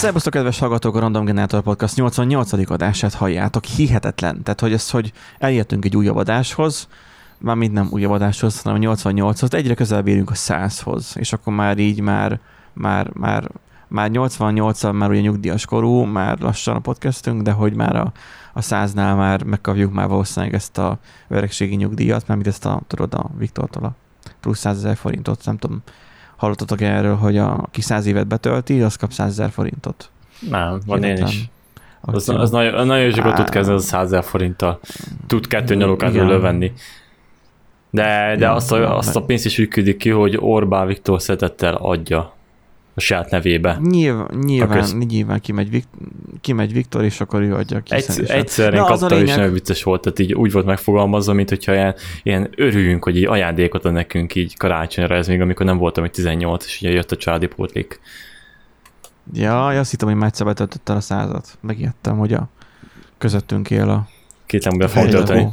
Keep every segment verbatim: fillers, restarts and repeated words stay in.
Szerbusztok, kedves hallgatók, a Random Generator Podcast nyolcvannyolcadik adását halljátok. Hihetetlen. Tehát, hogy ez, hogy eljöttünk egy újabb adáshoz, mármint nem újabb adáshoz, hanem a nyolcvannyolchoz, egyre közelebb érünk a százhoz, és akkor már így már, már, már, már nyolcvannyolccal már ugye nyugdíjas korú, már lassan a podcastünk, de hogy már a, a száznál már megkapjuk már valószínűleg ezt a öregségi nyugdíjat, mármint ezt a, tudod, a Viktortól a plusz százezer forintot, nem tudom, hallottatok erről, hogy a, aki száz évet betölti, az kap százezer forintot. Nem, van én is. Az, az nagyon, nagyon sokat tud kezdeni az a százezer forinttal. Tud kettő nyalókát lővenni. De, de ja, azt, a, azt a pénzt is úgy küldik ki, hogy Orbán Viktor szeretettel adja a saját nevébe. Nyilván, nyilván, nyilván kimegy, Vik, kimegy Viktor, és akkor ő adja ki. Egyszer, egyszer én kaptam, és nagyon vicces volt, tehát így úgy volt megfogalmazva, mint hogyha ilyen, ilyen örüljünk, hogy így ajándékot ad nekünk így karácsonyra, ez még amikor nem voltam, hogy tizennyolc, és ugye jött a családi pótlék. Ja, azt hittem, hogy már egyszer betöltöttel a százat. Megijedtem, hogy a közöttünk él a... Két nem fogja tölteni.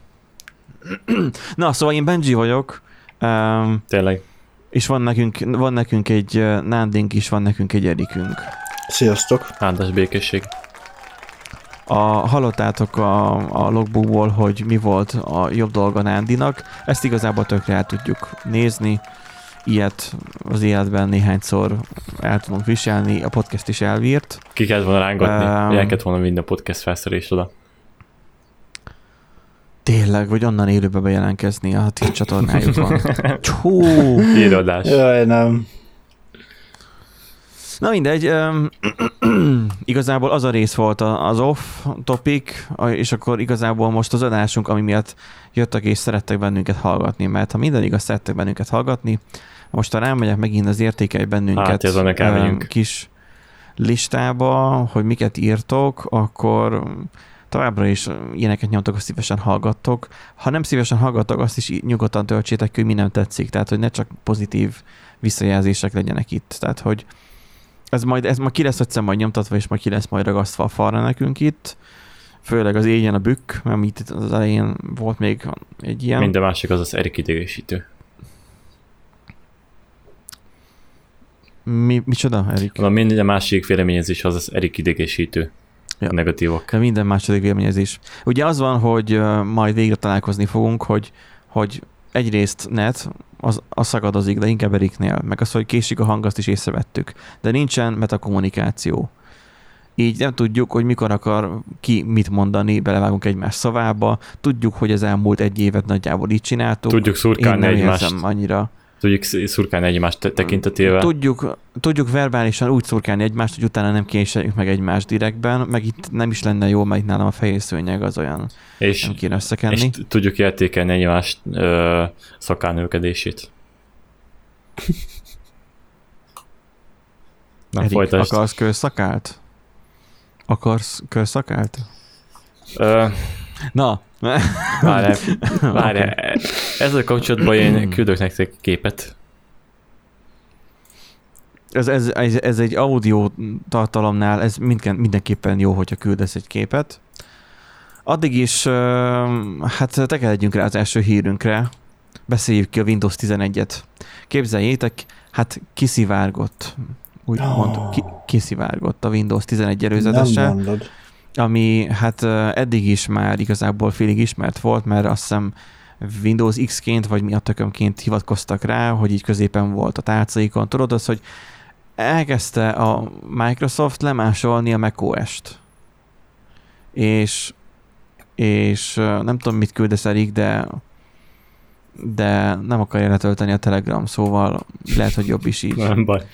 Na, szóval én Benji vagyok. Um, Tényleg. És van nekünk, van nekünk egy Nándink is, van nekünk egy Erikünk. Sziasztok! Áldás békesség. A, hallottátok a, a logbookból, hogy mi volt a jobb dolga Nándinak. Ezt igazából tökre el tudjuk nézni. Ilyet az életben néhányszor el tudunk viselni. A podcast is elvírt. Ki kellett volna rángatni, um, el kellett volna minden podcast felszerelés oda. Tényleg, vagy onnan élőbe bejelentkezni a ti csatornájukon. Csú! Írodás. Jaj, nem. Na mindegy, um, igazából az a rész volt az off topic, és akkor igazából most az adásunk, ami miatt jöttek és szerettek bennünket hallgatni, mert ha minden igaz, szerettek bennünket hallgatni, most ha rámegyek megint az értékelj bennünket hát, um, kis listába, hogy miket írtok, akkor továbbra is ilyeneket nyomtok, hogy szívesen hallgattok. Ha nem szívesen hallgattok, azt is nyugodtan töltsétek ki, hogy mi nem tetszik. Tehát, hogy ne csak pozitív visszajelzések legyenek itt. Tehát, hogy ez majd, ez majd ki lesz egyszer majd nyomtatva, és majd ki lesz majd ragasztva a falra nekünk itt. Főleg az égjen a bükk, mert itt az elején volt még egy ilyen. Minden másik az az Erik idegesítő. Mi, micsoda, Erik? Na, minden másik véleményezés az az Erik idegesítő. Ja. Negatívok. De minden második véleményezés. Ugye az van, hogy uh, majd végre találkozni fogunk, hogy, hogy egyrészt net, az, az szakadozik, de inkább Eriknél, meg az, hogy késik a hang, azt is észrevettük. De nincsen metakommunikáció. Így nem tudjuk, hogy mikor akar ki mit mondani, belevágunk egymás szavába. Tudjuk, hogy az elmúlt egy évet nagyjából így csináltuk. Tudjuk szurkálni egymást. Annyira. Tudjuk szurkálni egymást tekintetével. Tudjuk, tudjuk verbálisan úgy szurkálni egymást, hogy utána nem késeljük meg egymást direktben, meg itt nem is lenne jó, mert itt nálam a fehér szőnyeg az olyan, és, nem kéne összekenni. És tudjuk értékelni egymást ö, szakálnőkedését. Na, Erik, folytasd. akarsz körszakált? Akarsz körszakált? Ö, Na. Várj, várj. Okay. Ezzel kapcsolatban én küldök nektek képet. Ez, ez, ez, ez egy audio tartalomnál, ez minden, mindenképpen jó, hogyha küldesz egy képet. Addig is, hát tekeredjünk rá az első hírünkre. Beszéljük ki a Windows tizenegyet. Képzeljétek, hát kiszivárgott. Úgy oh. mondom, ki, kiszivárgott a Windows tizenegy előzetese. Nem mondod. Ami hát eddig is már igazából félig ismert volt, mert azt hiszem Windows X-ként, vagy mi a tökömként hivatkoztak rá, hogy így középen volt a tálcaikon. Tudod az, hogy elkezdte a Microsoft lemásolni a macOS-t. És, és nem tudom, mit küldesz Erik, de, de nem akarja letölteni a Telegram, szóval lehet, hogy jobb is így. Nem baj.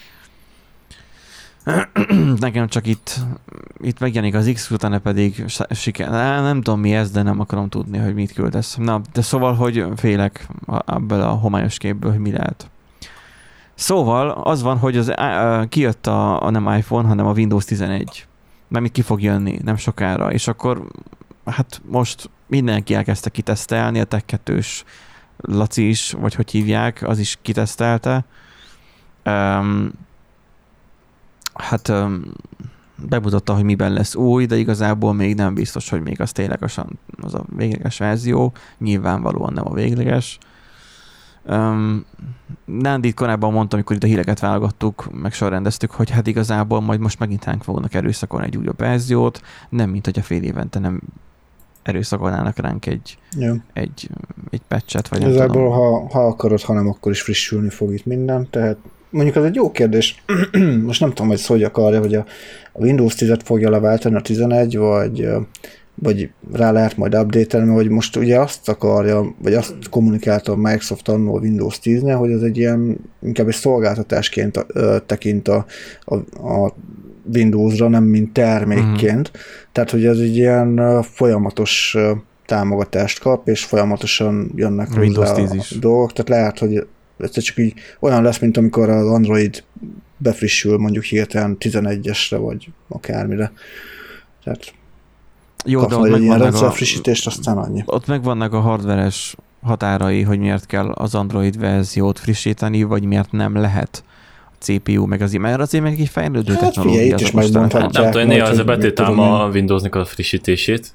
Nekem csak itt, itt megjelenik az X, utána pedig siker. Nem tudom mi ez, de nem akarom tudni, hogy mit küldesz. Na, de szóval, hogy félek ebből a homályos képből, hogy mi lehet. Szóval az van, hogy az, kijött a, a nem iPhone, hanem a Windows tizenegy. Mert még ki fog jönni, nem sokára. És akkor hát most mindenki elkezdte kitesztelni, a Tech kettős Laci is, vagy hogy hívják, az is kitesztelte. Um, hát um, bemutatta, hogy miben lesz új, de igazából még nem biztos, hogy még az ténylegesen az a végleges verzió. Nyilvánvalóan nem a végleges. Um, Nándi itt korábban mondtam, amikor itt a híreket válogattuk, meg sorrendeztük, hogy hát igazából majd most megint ránk fognak erőszakolni egy újabb verziót, nem mint hogy a fél évente nem erőszakolnának ránk egy, egy, egy patchet, vagy nem tudom. Ha, ha akarod, hanem akkor is frissülni fog itt minden, tehát mondjuk ez egy jó kérdés. Most nem tudom, hogy Sony akarja, hogy a, a Windows tízet fogja leváltani a tizenegy, vagy, vagy rá lehet majd update-elni, hogy most ugye azt akarja, vagy azt kommunikálta a Microsoft annól a Windows tíznél, hogy ez egy ilyen, inkább egy szolgáltatásként ö, tekint a, a, a Windowsra, nem mint termékként. Mm. Tehát, hogy ez egy ilyen folyamatos támogatást kap, és folyamatosan jönnek hozzá a dolgok. Tehát lehet, hogy ez csak így olyan lesz, mint amikor az Android befrissül mondjuk hirtelen tizenegyesre, vagy akármire. Tehát jó, de egy ilyen rendszerfrissítést, aztán annyi. Ott megvannak a hardveres határai, hogy miért kell az Android verziót frissíteni, vagy miért nem lehet a cé pé u, meg azért, mert azért meg egy fejlődő hát, technológia. Figyelj, is megmondhatják. Nem tudom, néha azért betétám a Windowsnak a frissítését.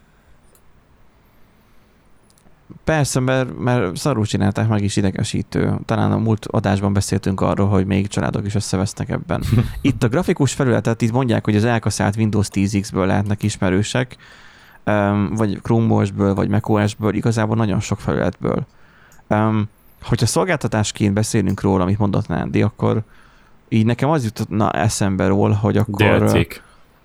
Persze, mert, mert szarul csinálták, meg is idegesítő. Talán a múlt adásban beszéltünk arról, hogy még családok is összevesznek ebben. Itt a grafikus felületet, itt mondják, hogy az elkaszált Windows tíz X-ből lehetnek ismerősek, vagy Chrome o es-ből, vagy macOS-ből, igazából nagyon sok felületből. Hogyha szolgáltatásként beszélünk róla, amit mondott Nándi, akkor így nekem az jutna eszembe ról, hogy akkor... Delcik.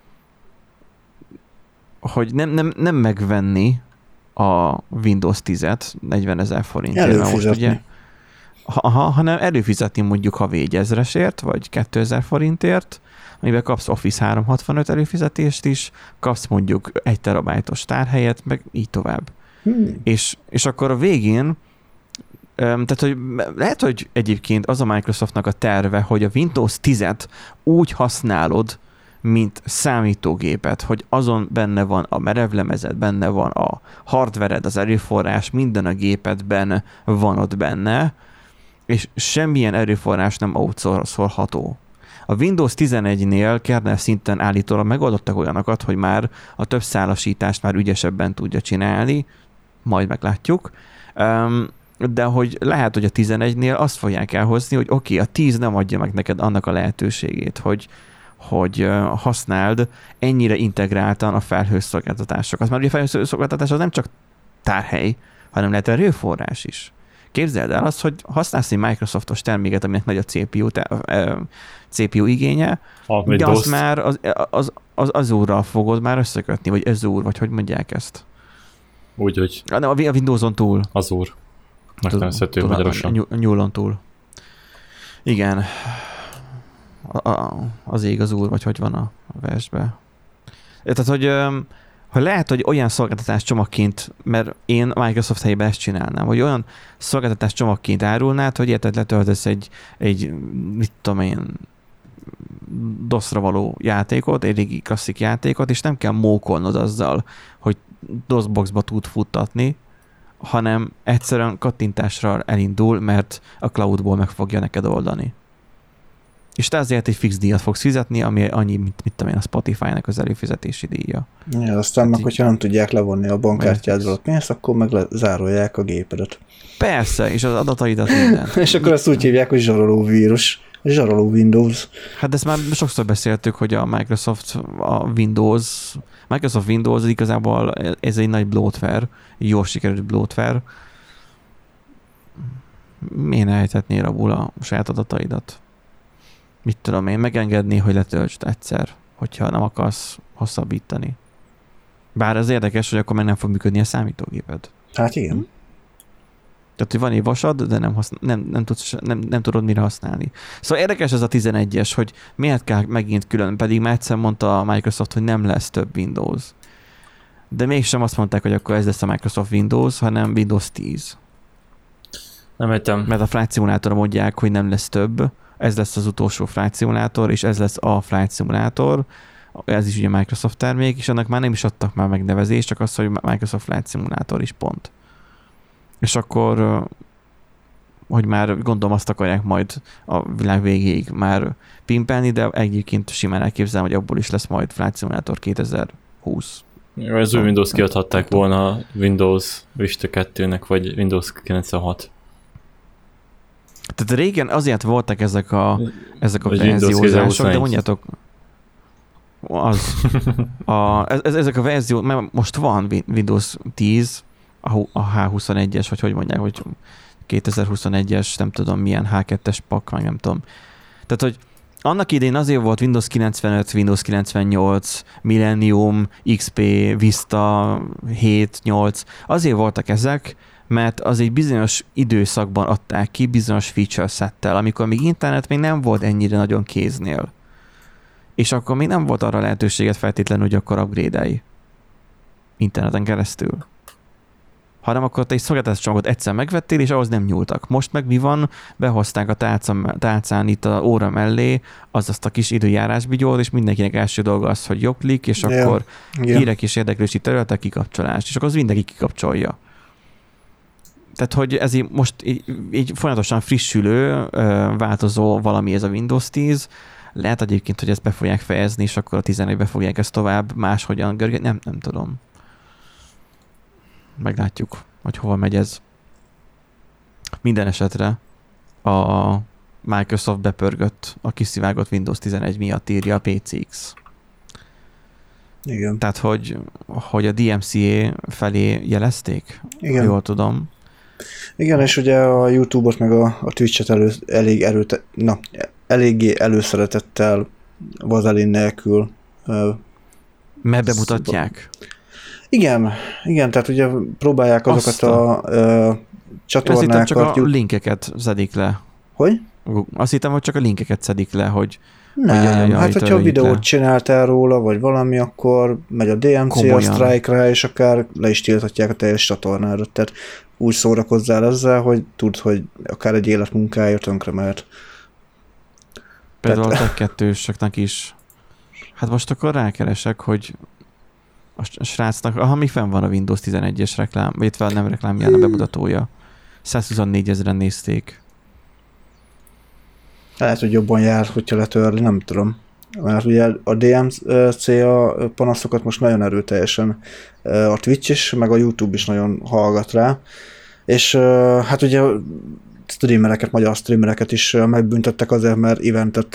Hogy nem, nem, nem megvenni a Windows tízet negyvenezer forintért. Most ugye, ha, ha, hanem előfizetni mondjuk havi ezresért, vagy kétezer forintért, amiben kapsz Office háromszázhatvanöt előfizetést is, kapsz mondjuk egy terabájtos tárhelyet, meg így tovább. Hmm. És, és akkor a végén, tehát hogy lehet, hogy egyébként az a Microsoftnak a terve, hogy a Windows tízet úgy használod, mint számítógépet, hogy azon benne van a merevlemezed, benne van a hardvered, az erőforrás, minden a gépedben van ott benne, és semmilyen erőforrás nem outsourcolható. A Windows tizenegynél kernel szinten állítólag megoldottak olyanokat, hogy már a több szálasítást már ügyesebben tudja csinálni, majd meglátjuk, de hogy lehet, hogy a tizenegynél azt fogják elhozni, hogy oké, okay, a tíz nem adja meg neked annak a lehetőségét, hogy hogy használd ennyire integráltan a felhőszolgáltatásokat. Mert ugye a felhőszolgáltatás az nem csak tárhely, hanem lehet erőforrás is. Képzeld el azt, hogy használsz egy Microsoftos terméket, aminek nagy a cé pé u, cé pé u igénye, a de azt már az, az, az Azure-ral fogod már összekötni, vagy Azure, vagy hogy mondják ezt? Úgy, hogy... A, a Windows-on túl. Azure. Megnevezhető magyarosan. A nyúlon túl. Igen. A, a, az ég az úr, vagy hogy van a, a versben. Tehát, hogy, hogy lehet, hogy olyan szolgáltatás csomagként, mert én Microsoft helyében ezt csinálnám, hogy olyan szolgáltatás csomagként árulnád, hogy érted, letöltesz egy, egy mit tudom én, doszra való játékot, egy régi klasszik játékot, és nem kell mókolnod azzal, hogy DOSBoxba tud futtatni, hanem egyszerűen kattintásra elindul, mert a cloudból meg fogja neked oldani. És te azért egy fix díjat fogsz fizetni, ami annyi, mint mit tudom én, a Spotify-nak az előfizetési díja. Ja, aztán meg, hogyha nem tudják levonni a bankkártyádról a pénzt, akkor meg zárolják a gépedet. Persze, és az adataidat minden. És akkor ezt úgy hívják, hogy zsaroló vírus, zsaroló Windows. Hát ezt már sokszor beszéltük, hogy a Microsoft, a Windows, Microsoft Windows igazából ez egy nagy bloatware, egy jól sikerült bloatware. Miért ne ejthetnél rabul a saját adataidat? Mit tudom én, megengedni, hogy letöltsd egyszer, hogyha nem akarsz hosszabbítani. Bár az érdekes, hogy akkor meg nem fog működni a számítógéped. Hát igen. Hm? Tehát, hogy van egy vasad, de nem, használ, nem, nem, tudsz, nem, nem tudod mire használni. Szóval érdekes ez a tizenegyes, hogy miért kell megint külön, pedig már egyszer mondta a Microsoft, hogy nem lesz több Windows. De mégsem azt mondták, hogy akkor ez lesz a Microsoft Windows, hanem Windows tíz. Nem értem. Mert a Flight Simulatorra mondják, hogy nem lesz több, ez lesz az utolsó Flight Simulator, és ez lesz a Flight Simulator, ez is ugye Microsoft termék, és annak már nem is adtak már megnevezést, csak az, hogy Microsoft Flight Simulator is pont. És akkor, hogy már gondolom azt akarják majd a világ végéig már pimpelni, de egyébként simán elképzelem, hogy abból is lesz majd Flight Simulator kétezer-húsz. Jó, ez új Windows kiadhatták volna Windows Vista kettőnek, vagy Windows kilencvenhat. Tehát régen azért voltak ezek a, ezek a verziózások, de mondjátok, az, a, ez, ezek a verziók, mert most van Windows tíz, a há huszonegyes, vagy hogy mondják, hogy kétezer-huszonegyes, nem tudom milyen há kettes pak, meg nem tudom. Tehát, hogy annak idején azért volt Windows kilencvenöt, Windows kilencvennyolc, Millennium, iksz pé, Vista hét, nyolc, azért voltak ezek, mert az egy bizonyos időszakban adták ki bizonyos feature settel, amikor még internet még nem volt ennyire nagyon kéznél. És akkor még nem volt arra lehetőséget feltétlenül, hogy akkor upgrade-elj interneten keresztül. Hanem akkor te egy szolgáltatás csomagot egyszer megvettél, és ahhoz nem nyúltak. Most meg mi van? Behozták a tálca, tálcán itt a óra mellé az azt a kis időjárásbigyót, és mindenkinek első dolga az, hogy jobb klik, és yeah. akkor yeah. hírek és érdeklősi területek kikapcsolás, és akkor az mindenki kikapcsolja. Tehát, hogy ez így most így, így folyamatosan frissülő, változó valami ez a Windows tíz, lehet egyébként, hogy ezt be fogják fejezni, és akkor a tizenegybe fogják ezt tovább máshogyan görgetni, nem, nem tudom. Meglátjuk, hogy hova megy ez. Minden esetre a Microsoft bepörgött a kiszivárgott Windows tizenegy miatt, írja a pé cé iksz. Igen. Tehát, hogy, hogy a dé em cé á felé jelezték? Igen. Jól tudom. Igen, és ugye a YouTube-ot meg a, a Twitch-et elő, elég erőte, na, eléggé előszeretettel, vazelin nélkül. Mert bemutatják? Igen, igen, tehát ugye próbálják azokat Azt a, a, a csatornákat. Azt hittem, csak a linkeket szedik le. Hogy? Azt hittem, hogy csak a linkeket szedik le, hogy... Nem, hogy jaj, jaj, hát hogyha videót le. Csináltál róla, vagy valami, akkor megy a dé em cé, Komolyan. A Strike-ra, és akár le is tilthatják a teljes csatornádat. Tehát úgy szórakozzál ezzel, hogy tudd, hogy akár egy életmunkája tönkre mehet. Például Tehát... a tech kettősöknek is. Hát most akkor rákeresek, hogy a srácnak, aha, mi fenn van a Windows tizenegyes reklám, vagy itt nem reklámján a bemutatója. százhuszonnégy ezeren nézték. Lehet, hogy jobban jár, hogyha letörli, nem tudom. Mert ugye a dé em cé a panaszokat most nagyon erőteljesen a Twitch is, meg a YouTube is nagyon hallgat rá. És hát ugye streamereket, magyar streamereket is megbüntettek azért, mert eventet,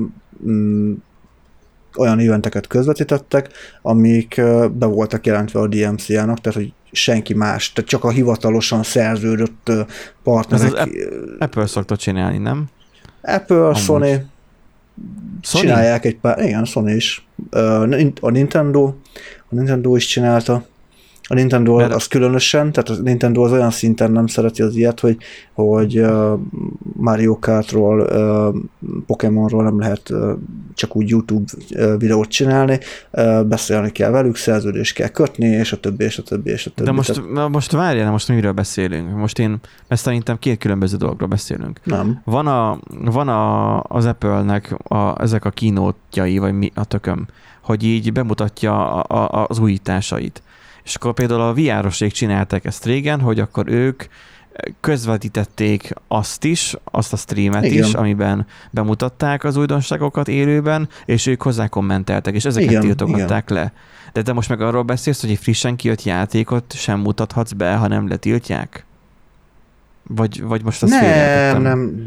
olyan eventeket közvetítettek, amik be voltak jelentve a dé em cé á-nak, tehát hogy senki más, tehát csak a hivatalosan szerződött partnerek. Ez az Apple szokta csinálni, nem? Apple, Amúgy. Sony, Sony csinálják egy pár, igen, Sony is. A Nintendo, a Nintendo is csinálta. A Nintendo Mert... az különösen, tehát a Nintendo az olyan szinten nem szereti az ilyet, hogy, hogy uh, Mario Kartról, uh, Pokémonról nem lehet uh, csak úgy YouTube uh, videót csinálni, uh, beszélni kell velük, szerződést kell kötni, és a többi, és a többi, és a többi. De most, tehát... most várjál, most miről beszélünk? Most én, ezt szerintem két különböző dologról beszélünk. Nem. Van, a, van a, az Apple-nek a, ezek a kínótjai, vagy mi a tököm, hogy így bemutatja a, a, az újításait. És akkor például a vé er-osék csinálták ezt régen, hogy akkor ők közvetítették azt is, azt a streamet Igen. is, amiben bemutatták az újdonságokat élőben, és ők hozzá kommenteltek, és ezeket Igen, tiltogatták Igen. le. De te most meg arról beszélsz, hogy egy frissen kijött játékot sem mutathatsz be, ha nem letiltják? Vagy, vagy most azt félretettem? Nem, nem.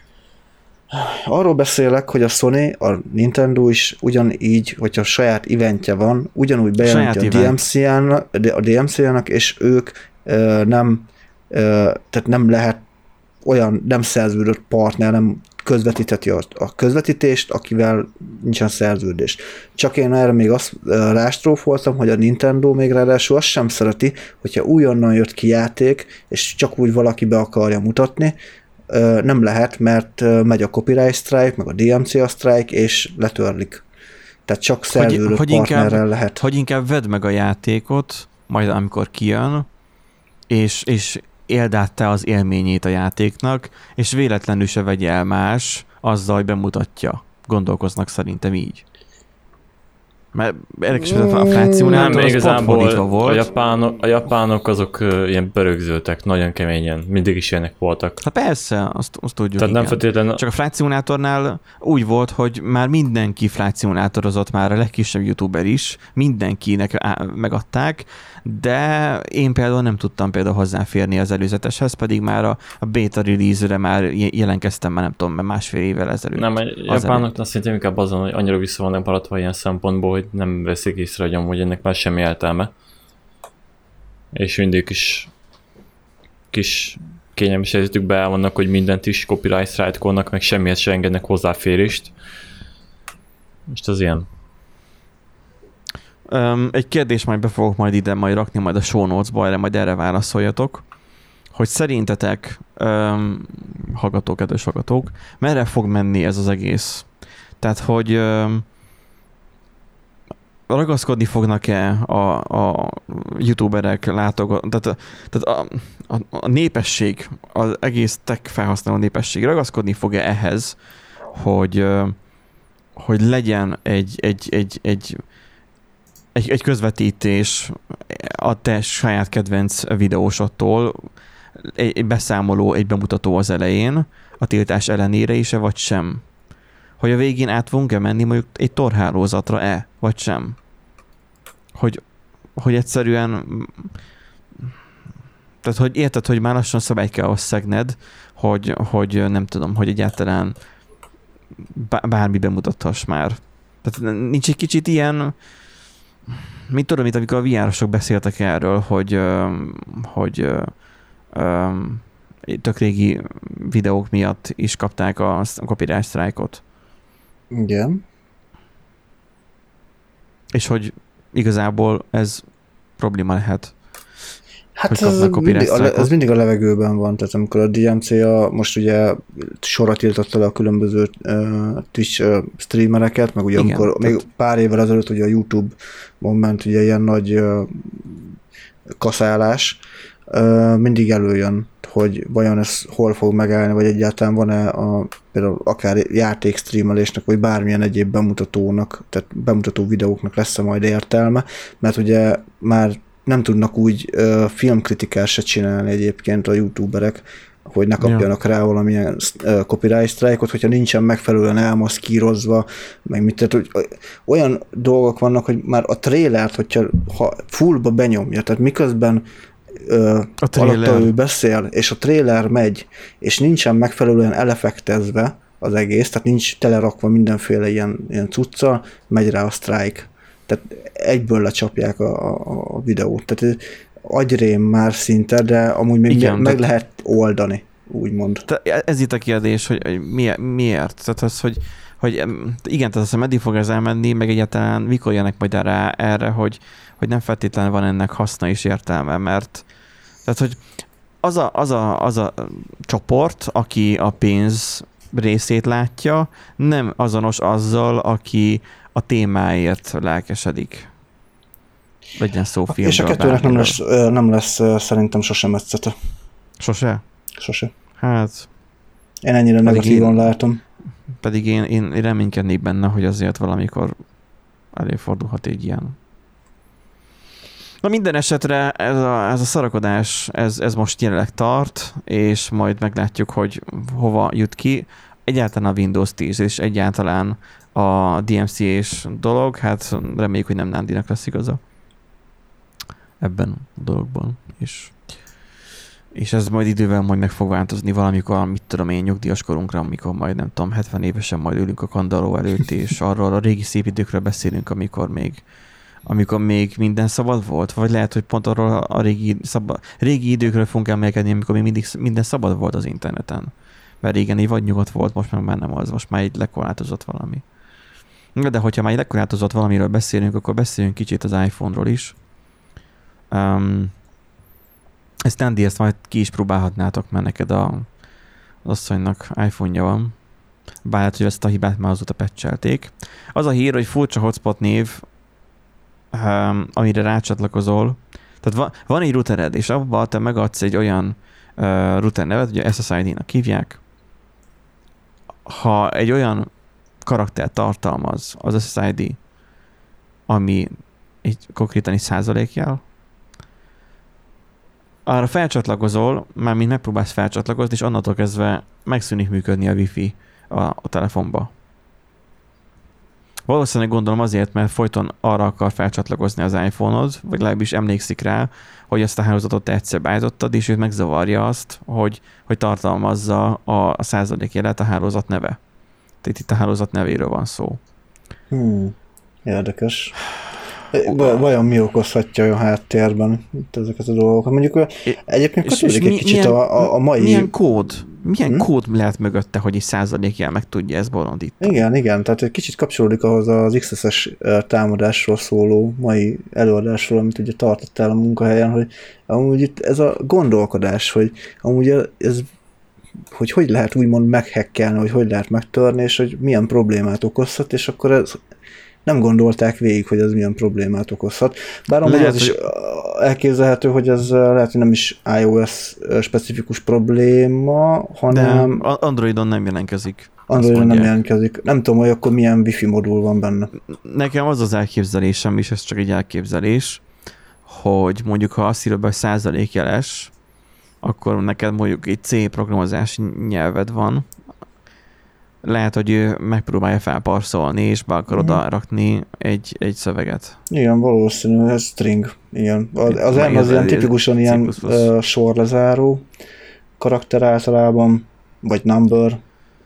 Arról beszélek, hogy a Sony, a Nintendo is ugyanígy, hogyha saját eventje van, ugyanúgy bejelenti a dé em cé á-nak, a dé em cé á-nak, és ők ö, nem, ö, tehát nem lehet olyan nem szerződött partner, nem közvetíteti a, a közvetítést, akivel nincsen szerződés. Csak én erre még azt rástrófoltam, hogy a Nintendo még ráadásul azt sem szereti, hogyha újonnan jött ki játék, és csak úgy valaki be akarja mutatni, nem lehet, mert megy a copyright strike, meg a dé em cé á strike, és letörlik. Tehát csak szerződött hogy, hogy partnerrel inkább, lehet. Hogy inkább vedd meg a játékot, majd amikor kijön, és, és éld át te az élményét a játéknak, és véletlenül se vegye el más, azzal, hogy bemutatja. Gondolkoznak szerintem így. Mert érdekes, hogy a Flight Simulator az pont fordítva volt. A japánok, a japánok azok uh, ilyen pörögzöltek, nagyon keményen, mindig is ilyenek voltak. Hát persze, azt, azt tudjuk. Tehát nem feltétlenül... Csak a Flight Simulatornál úgy volt, hogy már mindenki Flight Simulátorozott, már a legkisebb youtuber is, mindenkinek megadták, de én például nem tudtam például hozzáférni az előzeteshez, pedig már a, a beta release-re már jelentkeztem, már nem tudom, másfél évvel ezelőtt. Nem, a japánoknak szerintem inkább azon, hogy annyira vissza vannak maradva ilyen szempontból, hogy nem veszik észre, hogy amúgy ennek már semmi értelme. És mindig is kis kényelmes helyzetükbe el vannak, hogy mindent is copyright strike-olnak, meg semmihez se engednek hozzáférést. Most az ilyen. Um, egy kérdés majd be fogok majd ide majd rakni majd a show notes-ba, erre majd erre válaszoljatok, hogy szerintetek, um, hallgatók, kedves hallgatók, merre fog menni ez az egész? Tehát, hogy um, ragaszkodni fognak-e a, a youtuberek, látogat, tehát, tehát a, a, a népesség, az egész tech felhasználó népesség ragaszkodni fog-e ehhez, hogy, hogy legyen egy, egy, egy, egy, egy, egy közvetítés a te saját kedvenc videósodtól, egy, egy beszámoló, egy bemutató az elején, a tiltás ellenére is-e, vagy sem? Hogy a végén át fogunk-e menni mondjuk egy torhálózatra-e, vagy sem? Hogy, hogy egyszerűen tehát, hogy érted, hogy már lassan szabályt kell ahhoz szegned, hogy, hogy nem tudom, hogy egyáltalán bármi bemutathass már. Tehát nincs egy kicsit ilyen, mint tudom, mint amikor a vé er-osok beszéltek erről, hogy, hogy tök régi videók miatt is kapták a copyright strike-ot. Igen. És hogy igazából ez probléma lehet. Hát ez mindig, a, ez mindig a levegőben van, tehát amikor a dé em cé a, most ugye sorra tiltotta le a különböző uh, Twitch uh, streamereket, meg ugye igen, amikor tehát... még pár évvel ezelőtt ugye a YouTube-on ment ugye ilyen nagy uh, kaszálás, uh, mindig előjön, hogy vajon ez hol fog megállni, vagy egyáltalán van-e a, például akár játékstreamelésnek, vagy bármilyen egyéb bemutatónak, tehát bemutató videóknak lesz-e majd értelme, mert ugye már nem tudnak úgy uh, filmkritikát se csinálni egyébként a youtuberek, hogy ne kapjanak ja. rá valamilyen uh, copyright strike-ot, hogyha nincsen megfelelően elmaszkírozva, meg mit, tehát hogy olyan dolgok vannak, hogy már a trailert, hogyha ha fullba benyomja, tehát miközben uh, alatta ő beszél, és a trailer megy, és nincsen megfelelően elefektezve az egész, tehát nincs telerakva mindenféle ilyen, ilyen cucca, megy rá a strike. Tehát egyből lecsapják a, a, a videót. Tehát agyrém már szinte, de amúgy még igen, meg te... lehet oldani, úgymond. Ez itt a kérdés, hogy miért? Tehát az, hogy, hogy igen, tehát azt meddig fog ez elmenni, meg egyáltalán mikor jönnek majd rá erre, hogy, hogy nem feltétlenül van ennek haszna és értelme, mert tehát, hogy az a, az a, az a csoport, aki a pénz részét látja, nem azonos azzal, aki a témáért lelkesedik. Legyen szó filmről. És a kettőnek nem lesz, nem lesz szerintem sosem metszete. Sose? Sose. Hát... Én ennyire negatívan látom. Pedig én, én reménykednék benne, hogy azért valamikor előfordulhat egy ilyen. Na minden esetre ez a, ez a szarakodás, ez, ez most jelenleg tart, és majd meglátjuk, hogy hova jut ki. Egyáltalán a Windows tíz, és egyáltalán a dé em cé-s dolog, hát reméljük, hogy nem Nándinak lesz igaza ebben a dologban. És, és ez majd idővel majd meg fog változni valamikor, mit tudom én, nyugdíjas korunkra, amikor majd nem tudom, hetven évesen majd ülünk a kandalló előtt, és arról a régi szép időkről beszélünk, amikor még amikor még minden szabad volt, vagy lehet, hogy pont arról a régi, szabad, régi időkről fogunk emelkedni, amikor még mindig minden szabad volt az interneten. Mert régen így vagy nyugodt volt, most meg már nem az, most már így lekorlátozott valami. De hogyha már így lekorlátozott valamiről beszélünk, akkor beszéljünk kicsit az iPhone-ról is. Um, ezt Nandi, ezt majd ki is próbálhatnátok, mert neked a, az asszonynak iPhone-ja van. Bár lehet, hogy ezt a hibát már azóta patchelték. Az a hír, hogy furcsa hotspot név, um, amire rácsatlakozol. Tehát van, van egy routered, és abban te megadsz egy olyan uh, router nevet, ugye es es i dé-nak hívják. Ha egy olyan karakter tartalmaz az es es i dé, ami egy konkrétan egy százalékjel, arra felcsatlakozol, mármint megpróbálsz felcsatlakozni, és onnantól kezdve megszűnik működni a wifi a, a telefonba. Valószínűleg gondolom azért, mert folyton arra akar felcsatlakozni az iPhone-od, vagy legalábbis emlékszik rá, hogy ezt a hálózatot te egyszer beállítottad, és őt megzavarja azt, hogy, hogy tartalmazza a, a százalék jelet a hálózat neve. Tehát itt a hálózat nevéről van szó. Hmm. Érdekes. Vajon mi okozhatja a háttérben itt ezeket a dolgokat? Mondjuk egyébként kötődik egy kicsit milyen, a, a mai... Milyen kód? Milyen hmm? kód lehet mögötte, hogy egy százalékjel meg tudja ezt bolondítani? Igen, igen, tehát egy kicsit kapcsolódik ahhoz az iksz es es támadásról szóló mai előadásról, amit ugye tartottál a munkahelyen, hogy amúgy itt ez a gondolkodás, hogy amúgy ez hogy hogy lehet úgymond meghekkelni, hogy hogy lehet megtörni, és hogy milyen problémát okozhat, és akkor ez nem gondolták végig, hogy ez milyen problémát okozhat. Bár amúgy az is elképzelhető, hogy ez lehet, hogy nem is iOS specifikus probléma, hanem... De Androidon nem jelentkezik. Androidon nem jelentkezik. Nem tudom, hogy akkor milyen wifi modul van benne. Nekem az az elképzelésem, és ez csak egy elképzelés, hogy mondjuk ha azt írod be, hogy százalékjeles, akkor neked mondjuk egy C programozási nyelved van, lehet, hogy ő megpróbálja felparszolni, és be akar oda rakni egy, egy szöveget. Igen, valószínű, ez string. Igen. Az, az M az ilyen tipikusan ilyen uh, sorlezáró karakter általában, vagy number.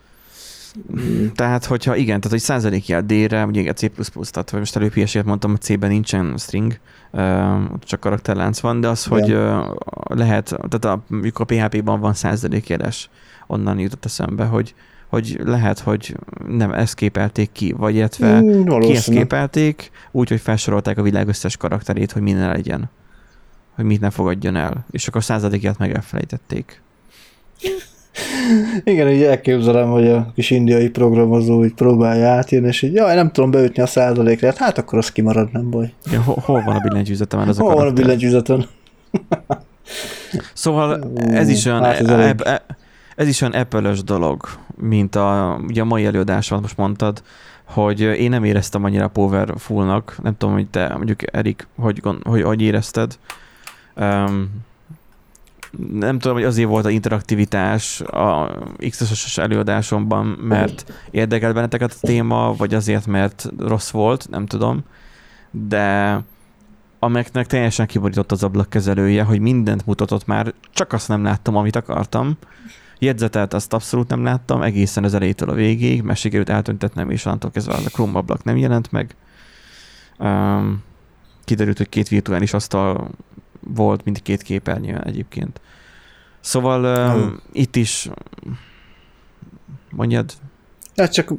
Tehát, hogyha igen, tehát hogy százalékjel D-re, ugye igen, C plusz plusz, tehát most előbb hülyeséget mondtam, hogy C-ben nincsen string, uh, csak karakterlánc van, de az, igen. hogy uh, lehet, tehát a, a pé há pé-ban van százalékjeles, onnan jutott eszembe, hogy hogy lehet, hogy nem eszképelték ki, vagy illetve mm, ki eszképelték, úgy, hogy felsorolták a világ összes karakterét, hogy minden legyen. Hogy mit ne fogadjon el. És akkor a századikját meg elfelejtették. Igen, így elképzelem, hogy a kis indiai programozó így próbálja átírni, és így jaj, nem tudom beütni a százalékra, hát akkor az kimarad, nem baj. Ja, hol, hol van a billentyűzetem? Ez a hol van a billentyűzetem? Szóval ez is olyan... Hát ez, e, ez is olyan Apple-ös dolog, mint a, ugye a mai előadásban most mondtad, hogy én nem éreztem annyira powerfulnak, nem tudom, hogy te, mondjuk Erik, hogy, hogy, hogy érezted. Um, nem tudom, hogy azért volt a interaktivitás a iksz es es előadásomban, mert érdekelt benneteket a téma, vagy azért, mert rossz volt, nem tudom, de amelyeknek teljesen kiborított az ablakkezelője, hogy mindent mutatott már, csak azt nem láttam, amit akartam. Jegyzetet azt abszolút nem láttam, egészen az elejétől a végéig, mert sikerült eltüntetnem, és onnantól kezdve az a Chrome ablak nem jelent meg. Um, kiderült, hogy két virtuális asztal volt, mint két képernyő egyébként. Szóval um, hmm. itt is mondjad? Hát csak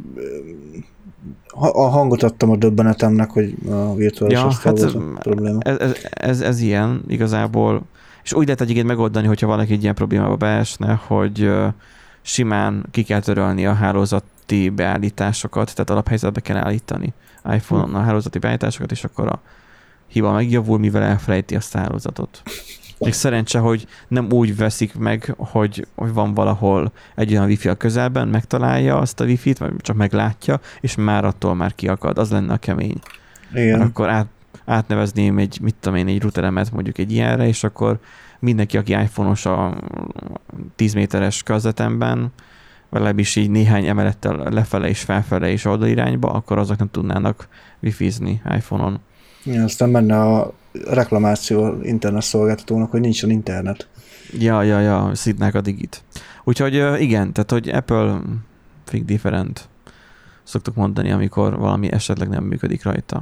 a hangot adtam a döbbenetemnek, hogy a virtuális ja, asztal hát volt a probléma. Ez, ez, ez, ez ilyen igazából. És úgy lehet egyébként megoldani, hogyha valaki egy ilyen problémába beesne, hogy uh, simán ki kell törölni a hálózati beállításokat, tehát alaphelyzetbe kell állítani iPhone-on a hálózati beállításokat, és akkor a hiba megjavul, mivel elfelejti azt a hálózatot. Még szerencse, hogy nem úgy veszik meg, hogy, hogy van valahol egy olyan wifi a közelben, megtalálja azt a wifi-t, vagy csak meglátja, és már attól már kiakad. Az lenne a kemény. Igen. Akkor át átnevezném egy, mit tudom én, egy routeremet mondjuk egy ilyenre, és akkor mindenki, aki iPhone-os a tíz méteres körzetemben, vagy legalábbis így néhány emelettel lefele és felfele és oldalirányba, akkor azok nem tudnának wifi-zni iPhone-on. Ja, aztán menne a reklamáció internet szolgáltatónak, hogy nincsen internet. Ja, ja, ja, szidnák a digit. Úgyhogy igen, tehát hogy Apple think different szoktuk mondani, amikor valami esetleg nem működik rajta.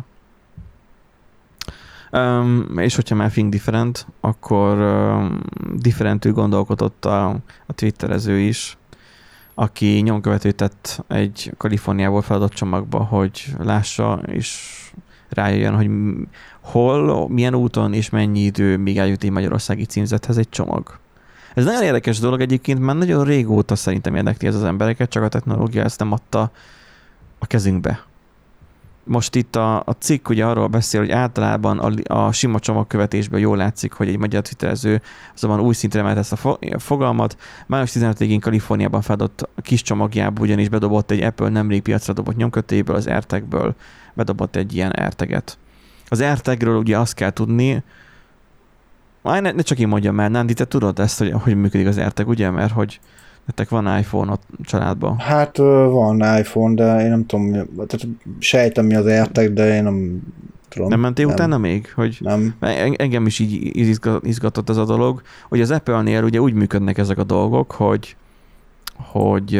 Um, és hogyha már think different, akkor um, differentül gondolkodott a, a twitterező is, aki nyomkövetőt tett egy Kaliforniából feladott csomagba, hogy lássa és rájöjjön, hogy hol, milyen úton és mennyi idő még eljut egy magyarországi címzethez egy csomag. Ez nagyon érdekes dolog egyébként, már nagyon régóta szerintem érdekli ez az embereket, csak a technológia ezt nem adta a kezünkbe. Most itt a, a cikk ugye arról beszél, hogy általában a, a sima csomagkövetésből jól látszik, hogy egy magyar twitterező azonban új szintre emelt ezt a, fo- a fogalmat. május tizenötödikén Kaliforniában feladott kis csomagjából ugyanis bedobott egy Apple nemrég piacra dobott nyomkötőjéből, az AirTagből bedobott egy ilyen AirTaget. Az AirTagről ugye azt kell tudni, ne, ne csak én mondjam el, Nándi, te tudod ezt, hogy, hogy működik az AirTag, ugye? Mert hogy nektek van iPhone a családban. Hát van iPhone, de én nem tudom, tehát sejtem mi az AirTag, de én nem tudom. Nem mentél nem. utána még? Hogy nem. Engem is így izgatott ez a dolog, hogy az Apple-nél ugye úgy működnek ezek a dolgok, hogy, hogy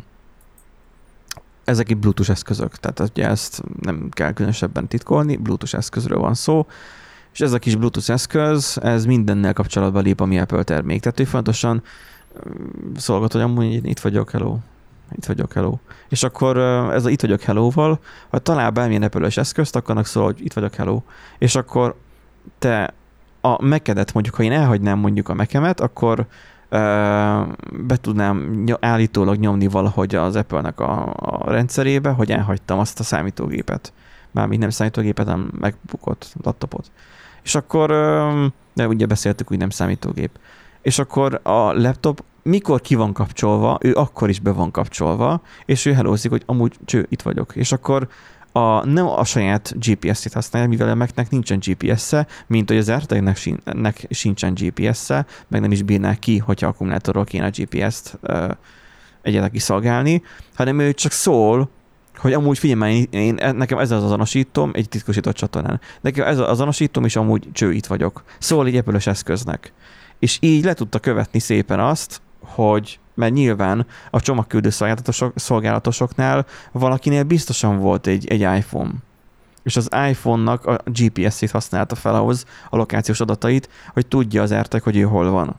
ezek itt Bluetooth eszközök, tehát ugye ezt nem kell különösebben titkolni, Bluetooth eszközről van szó, és ez a kis Bluetooth eszköz, ez mindennel kapcsolatban lép, ami Apple termék. Tehát ő fontosan szolgat, hogy amúgy itt vagyok, hello, itt vagyok, hello. És akkor ez a itt vagyok, hello-val, ha talál bármilyen Apple-ös eszközt, akkor annak szól, hogy itt vagyok, hello. És akkor te a Mac-edet mondjuk, ha én elhagynám mondjuk a Mac-emet, akkor be tudnám állítólag nyomni valahogy az Apple-nek a, a rendszerébe, hogy elhagytam azt a számítógépet. Mármint nem számítógépet, hanem MacBookot, laptopot. És akkor, de ugye beszéltük, úgy nem számítógép. És akkor a laptop mikor ki van kapcsolva, ő akkor is be van kapcsolva, és ő hellózik, hogy amúgy cső, itt vagyok. És akkor a, nem a saját gé pé es-t használja, mivel a Mac-nek nincsen gé pé es-e, mint hogy az AirTag-nek sin, sincsen gé pé es-e, meg nem is bírnák ki, hogyha akkumulátorról kéne a gé pé es-t uh, egyáltalán kiszolgálni, hanem ő csak szól, hogy amúgy figyelj, én, én, nekem ez az azonosítom egy titkosított csatornán. Nekem ez az azonosítom, és amúgy cső, itt vagyok. Szól egy Apple-ös eszköznek. És így le tudta követni szépen azt, hogy, mert nyilván a csomagküldő szolgálatosoknál valakinél biztosan volt egy, egy iPhone. És az iPhone-nak a gé pé es-ét használta fel ahhoz, a lokációs adatait, hogy tudja az AirTag, hogy ő hol van.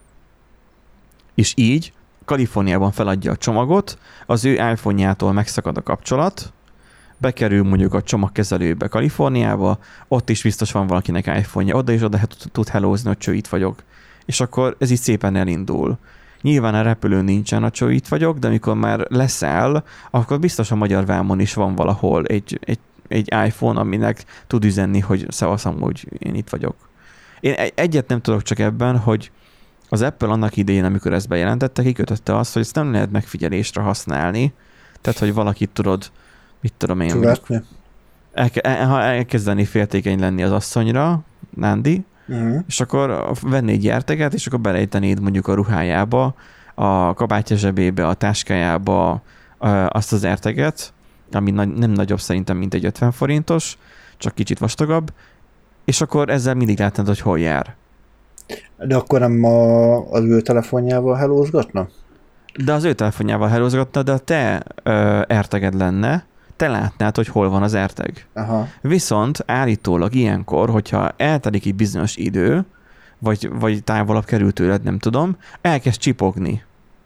És így Kaliforniában feladja a csomagot, az ő iPhone-jától megszakad a kapcsolat, bekerül mondjuk a csomagkezelőbe Kaliforniába, ott is biztos van valakinek iPhone-ja, oda és oda tud hellózni, hogy cső, itt vagyok. És akkor ez így szépen elindul. Nyilván a repülőn nincsen a cső, itt vagyok, de amikor már leszáll, akkor biztos a magyar vámon is van valahol egy, egy, egy iPhone, aminek tud üzenni, hogy szevasz, amúgy én itt vagyok. Én egyet nem tudok csak ebben, hogy az Apple annak idején, amikor ezt bejelentette, kikötötte azt, hogy ezt nem lehet megfigyelésre használni, tehát, hogy valakit tudod, mit tudom én, Követni. El, ha elkezdeni féltékeny lenni az asszonyra, Nándi, uh-huh. és akkor venni egy AirTaget, és akkor belejtenéd mondjuk a ruhájába, a kabátja zsebébe, a táskájába azt az AirTaget, ami nem nagyobb szerintem, mint egy ötven forintos, csak kicsit vastagabb, és akkor ezzel mindig látnád, hogy hol jár. De akkor nem a, az ő telefonjával hellózgatna? De az ő telefonjával hellózgatna, de a te uh, AirTaged lenne, te látnád, hogy hol van az AirTag. Aha. Viszont állítólag ilyenkor, hogyha eltelik egy bizonyos idő, vagy, vagy távolabb kerül tőled, nem tudom, elkezd csipogni.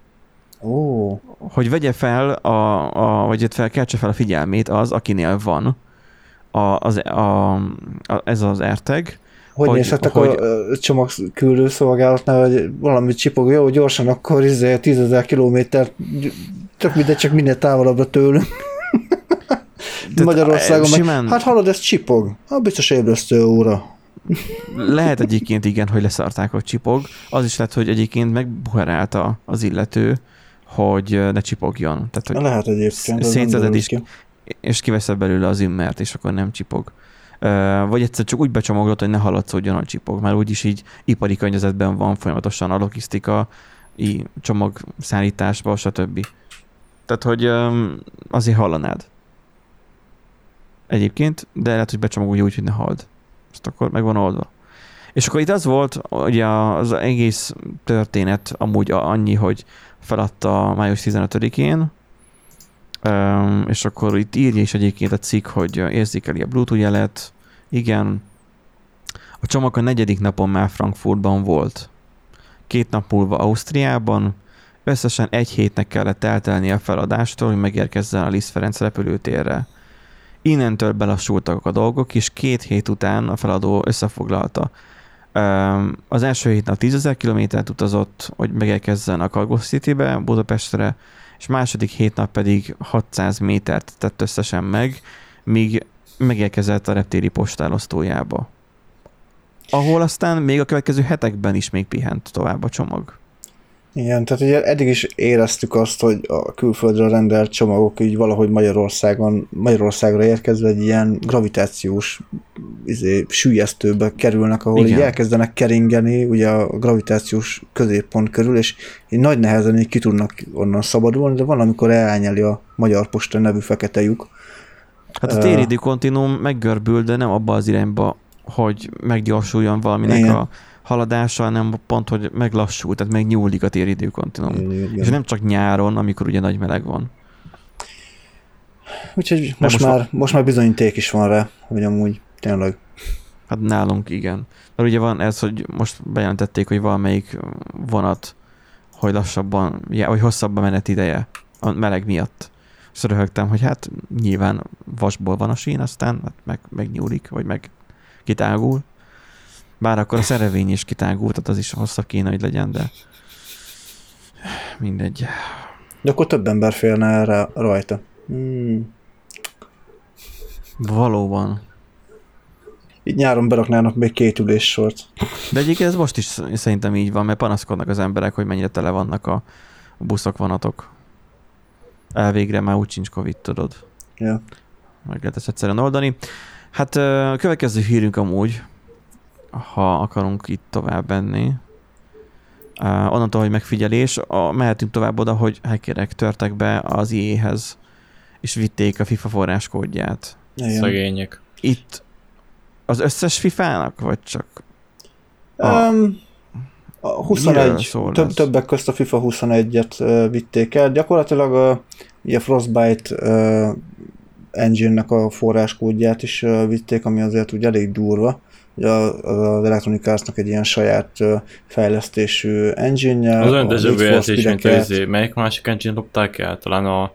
Ó. Hogy vegye fel, a, a, vagy fel, keltse fel a figyelmét az, akinél van a, az, a, a, ez az AirTag. Hogy, hogy nézhettek hogy... a csomagküldő szolgálatnál, hogy valami csipog, jó, gyorsan, akkor izé tízezer kilométer, tök mindegy, csak minél távolabbra tőlünk. Magyarországon simán... meg, hát hallod, ez csipog. Hát biztos ébresztő óra. Lehet egyébként igen, hogy leszarták, hogy csipog. Az is lehet, hogy egyébként megbuherálta az illető, hogy ne csipogjon. Tehát, hogy lehet egyébként. Szétszeded is, ki, és kiveszed belőle az ümmert, és akkor nem csipog. Uh, vagy egyszer csak úgy becsomagolod, hogy ne hallatszódjon a csipog, mert úgyis így ipari környezetben van folyamatosan a logisztika, csomagszállításba, stb. Tehát, hogy um, azért hallanád. Egyébként, de lehet, hogy becsomagolj úgy, hogy ne halld. Azt akkor meg van oldva. És akkor itt az volt, ugye az egész történet amúgy annyi, hogy feladta május tizenötödikén, Um, és akkor itt írja is egyébként a cikk, hogy érzékeli a Bluetooth jelet. Igen. A csomag a negyedik napon már Frankfurtban volt. Két nap múlva Ausztriában. Összesen egy hétnek kellett eltelni a feladástól, hogy megérkezzen a Liszt Ferenc repülőtérre. Innentől belassultak a dolgok, és két hét után a feladó összefoglalta. Um, az első hét nap tízezer kilométert utazott, hogy megérkezzen a Cargo Citybe, Budapestre, és második hét nap pedig hatszáz métert tett összesen meg, míg megérkezett a reptéri postálosztójába. Ahol aztán még a következő hetekben is még pihent tovább a csomag. Igen, tehát ugye eddig is éreztük azt, hogy a külföldre rendelt csomagok így valahogy Magyarországon, Magyarországra érkezve egy ilyen gravitációs izé, süllyesztőbe kerülnek, ahol Igen. így elkezdenek keringeni ugye a gravitációs középpont körül, és így nagy nehezen így ki tudnak onnan szabadulni, de van, amikor elányeli a Magyar Posta nevű fekete lyuk. Hát a téridő kontinúum meggörbül, de nem abba az irányba, hogy meggyorsuljon valaminek Igen. a haladása, hanem pont, hogy meglassul, tehát megnyúlik a téridő kontinúum. És nem csak nyáron, amikor ugye nagy meleg van. Úgyhogy most, most, már, va- most már bizonyíték is van rá, hogy amúgy tényleg. Hát nálunk igen. Mert ugye van ez, hogy most bejelentették, hogy valamelyik vonat, hogy lassabban, vagy hosszabb a menet ideje a meleg miatt. Szóval röhögtem, hogy hát nyilván vasból van a sín, aztán hát meg, megnyúlik, vagy meg kitágul. Bár akkor a szerevény is kitágul, tehát az is hosszabb kéne, hogy legyen, de mindegy. De akkor több ember félne erre rajta. Hmm. Valóban. Így nyáron beraknának még két üléssort. De egyébként ez most is szerintem így van, mert panaszkodnak az emberek, hogy mennyire tele vannak a buszok, vonatok. Elvégre már úgy sincs Covid, tudod. Ja. Meg lehet ezt egyszerűen oldani. Hát a következő hírünk amúgy, ha akarunk itt tovább menni. Uh, onnantól, hogy megfigyelés, a, mehetünk tovább oda, hogy hackerek törtek be az í á-hez, és vitték a FIFA forráskódját. Szegények. Itt az összes fifának, vagy csak a... Um, a huszonegy, több, többek közt a FIFA huszonegyet uh, vitték el. Gyakorlatilag a, a Frostbite uh, engine-nek a forráskódját is uh, vitték, ami azért úgy elég durva. Az Electronic Arts-nak egy ilyen saját fejlesztésű engine-jel. Az öntözőbb jelzés, mint az, melyik másik engine lopták el? Talán a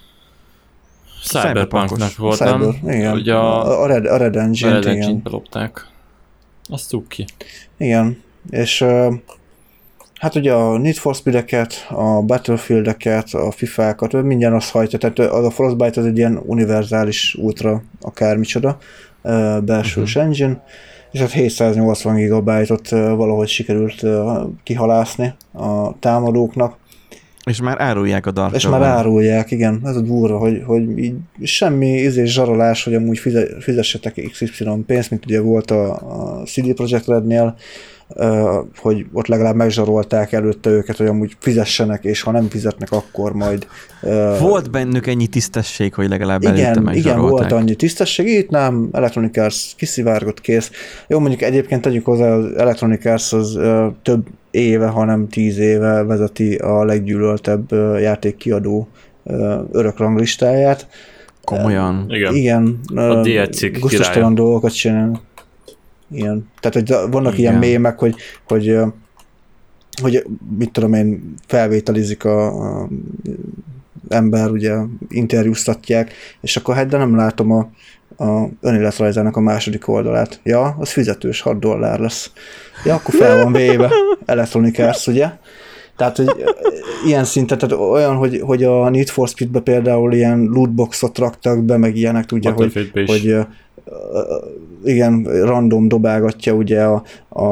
Cyberpunknak voltam. Cyber, igen. Ugye a, a, Red, a Red Engine-t, a Red Engine-t lopták. Azt cuki. Igen, és hát ugye a Need for Speed-eket, a Battlefield-eket, a FIFA-kat, mindjárt azt hajtja, tehát az a Frostbite az egy ilyen univerzális ultra akármicsoda, belsős uh-huh. engine, és hát hétszáznyolcvan gigabájtot valahogy sikerült kihalászni a támadóknak. És már árulják a darkra. És már árulják, igen. Ez a durva, hogy, hogy így semmi izés zsarolás, hogy amúgy fizessetek iksz ipszilon pénzt, mint ugye volt a, a cé dé Projekt Rednél, hogy ott legalább megzsarolták előtte őket, hogy amúgy fizessenek, és ha nem fizetnek, akkor majd... Volt bennük ennyi tisztesség, hogy legalább igen, előtte megzsarolták. Igen, volt annyi tisztesség, itt nem, Electronic Arts kiszivárgott, kész. Jó, mondjuk egyébként tegyük hozzá, az Electronic Arts az több éve, hanem tíz éve vezeti a leggyűlöltebb játékkiadó örök ranglistáját. Komolyan. Igen. Igen. A dé el cé gusztustalan dolgokat csinálnak. Igen. Tehát, hogy vannak igen. ilyen mémek, hogy, hogy, hogy mit tudom én, felvételizik a, a ember, ugye interjúztatják, és akkor hát de nem látom a, a önéletrajzának a második oldalát. Ja, az fizetős, hat dollár lesz. Ja, akkor fel van véve Electronic Arts, ugye? Tehát, hogy ilyen szinten, tehát olyan, hogy, hogy a Need for Speed-be például ilyen lootboxot raktak be, meg ilyenek, tudja, hogy, hogy igen, random dobálgatja ugye a, a,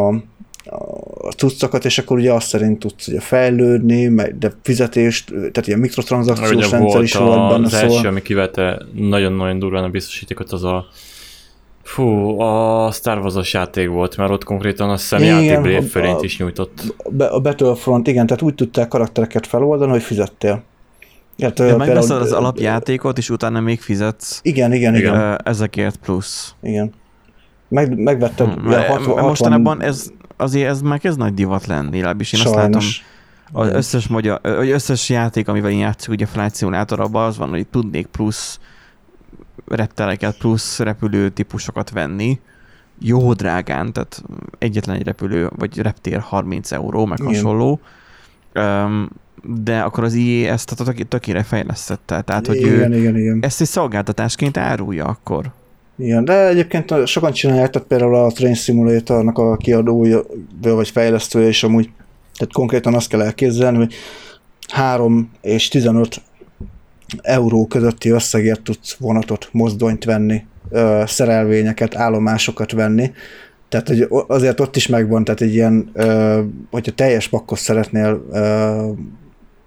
a cuccokat, és akkor ugye azt szerint tudsz ugye fejlődni, meg, de fizetést, tehát ilyen mikrotranszakciós rendszer is volt benne. Az első, szól. Ami kivette nagyon-nagyon durván a biztosítékot, az a fú, a Star Wars-os játék volt, mert ott konkrétan azt hiszem játékből fölét is nyújtott. A Battlefront, igen, tehát úgy tudták karaktereket feloldani, hogy fizettél. Hát, de megveszed az alapjátékot, és utána még fizetsz. Igen, igen, igen. igen. Ezekért plusz. Igen. Meg, megvetted. Hmm, ja, hatvan, mostanában ez, azért ez már kezd nagy divat lenni, legalábbis én Sajnos. azt látom, az összes, magyar, összes játék, amivel én játszok, ugye a Flight Simulatorban az van, hogy tudnék plusz reptereket, plusz repülő típusokat venni, jó drágán, tehát egyetlen egy repülő, vagy reptér harminc euró, meg igen. hasonló. Um, de akkor az í á ezt tök, tökére fejlesztette. Tehát, hogy igen, ő igen, igen. ezt egy szolgáltatásként árulja akkor. Igen, de egyébként sokan csinálják, tehát például a Train Simulatornak a kiadója, vagy fejlesztője is amúgy, tehát konkrétan azt kell elképzelni, hogy három és tizenöt euró közötti összegért tudsz vonatot, mozdonyt venni, szerelvényeket, állomásokat venni. Tehát hogy azért ott is megvan, tehát egy ilyen, hogyha teljes pakkot szeretnél,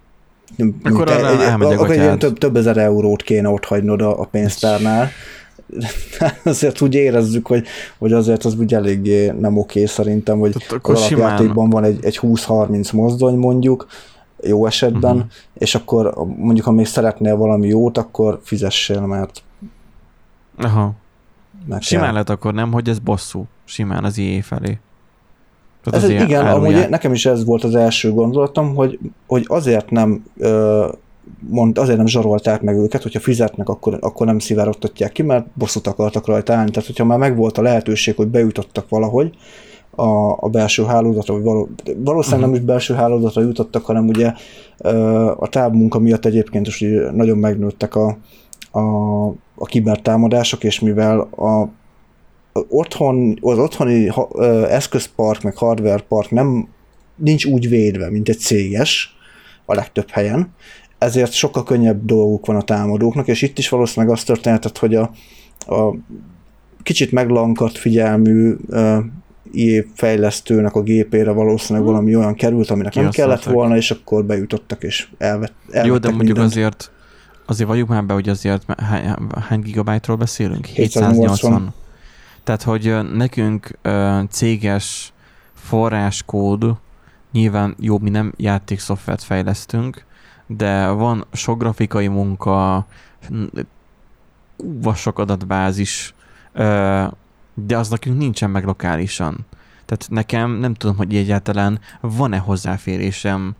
akkor te, egy, akkor egy ilyen több, több ezer eurót kéne ott hagynod a, a pénztárnál. azért úgy érezzük, hogy, hogy azért az úgy eléggé nem oké szerintem, hogy az alapjátékban van egy, egy húsz-harminc mozdony mondjuk, jó esetben, uh-huh. és akkor mondjuk, ha még szeretnél valami jót, akkor fizessél, mert Aha. Simán lehet akkor nem, hogy ez bosszú. Simán az i á felé. Ez egy, igen, árulják. Amúgy nekem is ez volt az első gondolatom, hogy, hogy azért nem mond, azért nem zsarolták meg őket, hogyha fizetnek, akkor, akkor nem szivárogtatják ki, mert bosszút akartak rajta állni. Tehát, hogyha már megvolt a lehetőség, hogy bejutottak valahogy a, a belső hálózatra, vagy való, valószínűleg uh-huh. nem is belső hálózatra jutottak, hanem ugye a távmunka miatt egyébként is nagyon megnőttek a, a, a kibertámadások, és mivel a Otthon, az otthoni eszközpark, meg hardwarepark nem, nincs úgy védve, mint egy céges a legtöbb helyen, ezért sokkal könnyebb dolguk van a támadóknak, és itt is valószínűleg az történetet, hogy a, a kicsit meglankadt figyelmű uh, i á fejlesztőnek a gépére valószínűleg hmm. valami olyan került, aminek Ki nem kellett volna, és akkor bejutottak, és elvett, elvettek Jó, de mondjuk mindent. azért, azért vagyunk már be, hogy azért hány, hány gigabájtról beszélünk? hétszáznyolcvan. Tehát, hogy nekünk uh, céges forráskód, nyilván jó, mi nem játékszoftvert fejlesztünk, de van sok grafikai munka, sok adatbázis, uh, de az nekünk nincsen meg lokálisan. Tehát nekem nem tudom, hogy egyáltalán van-e hozzáférésem,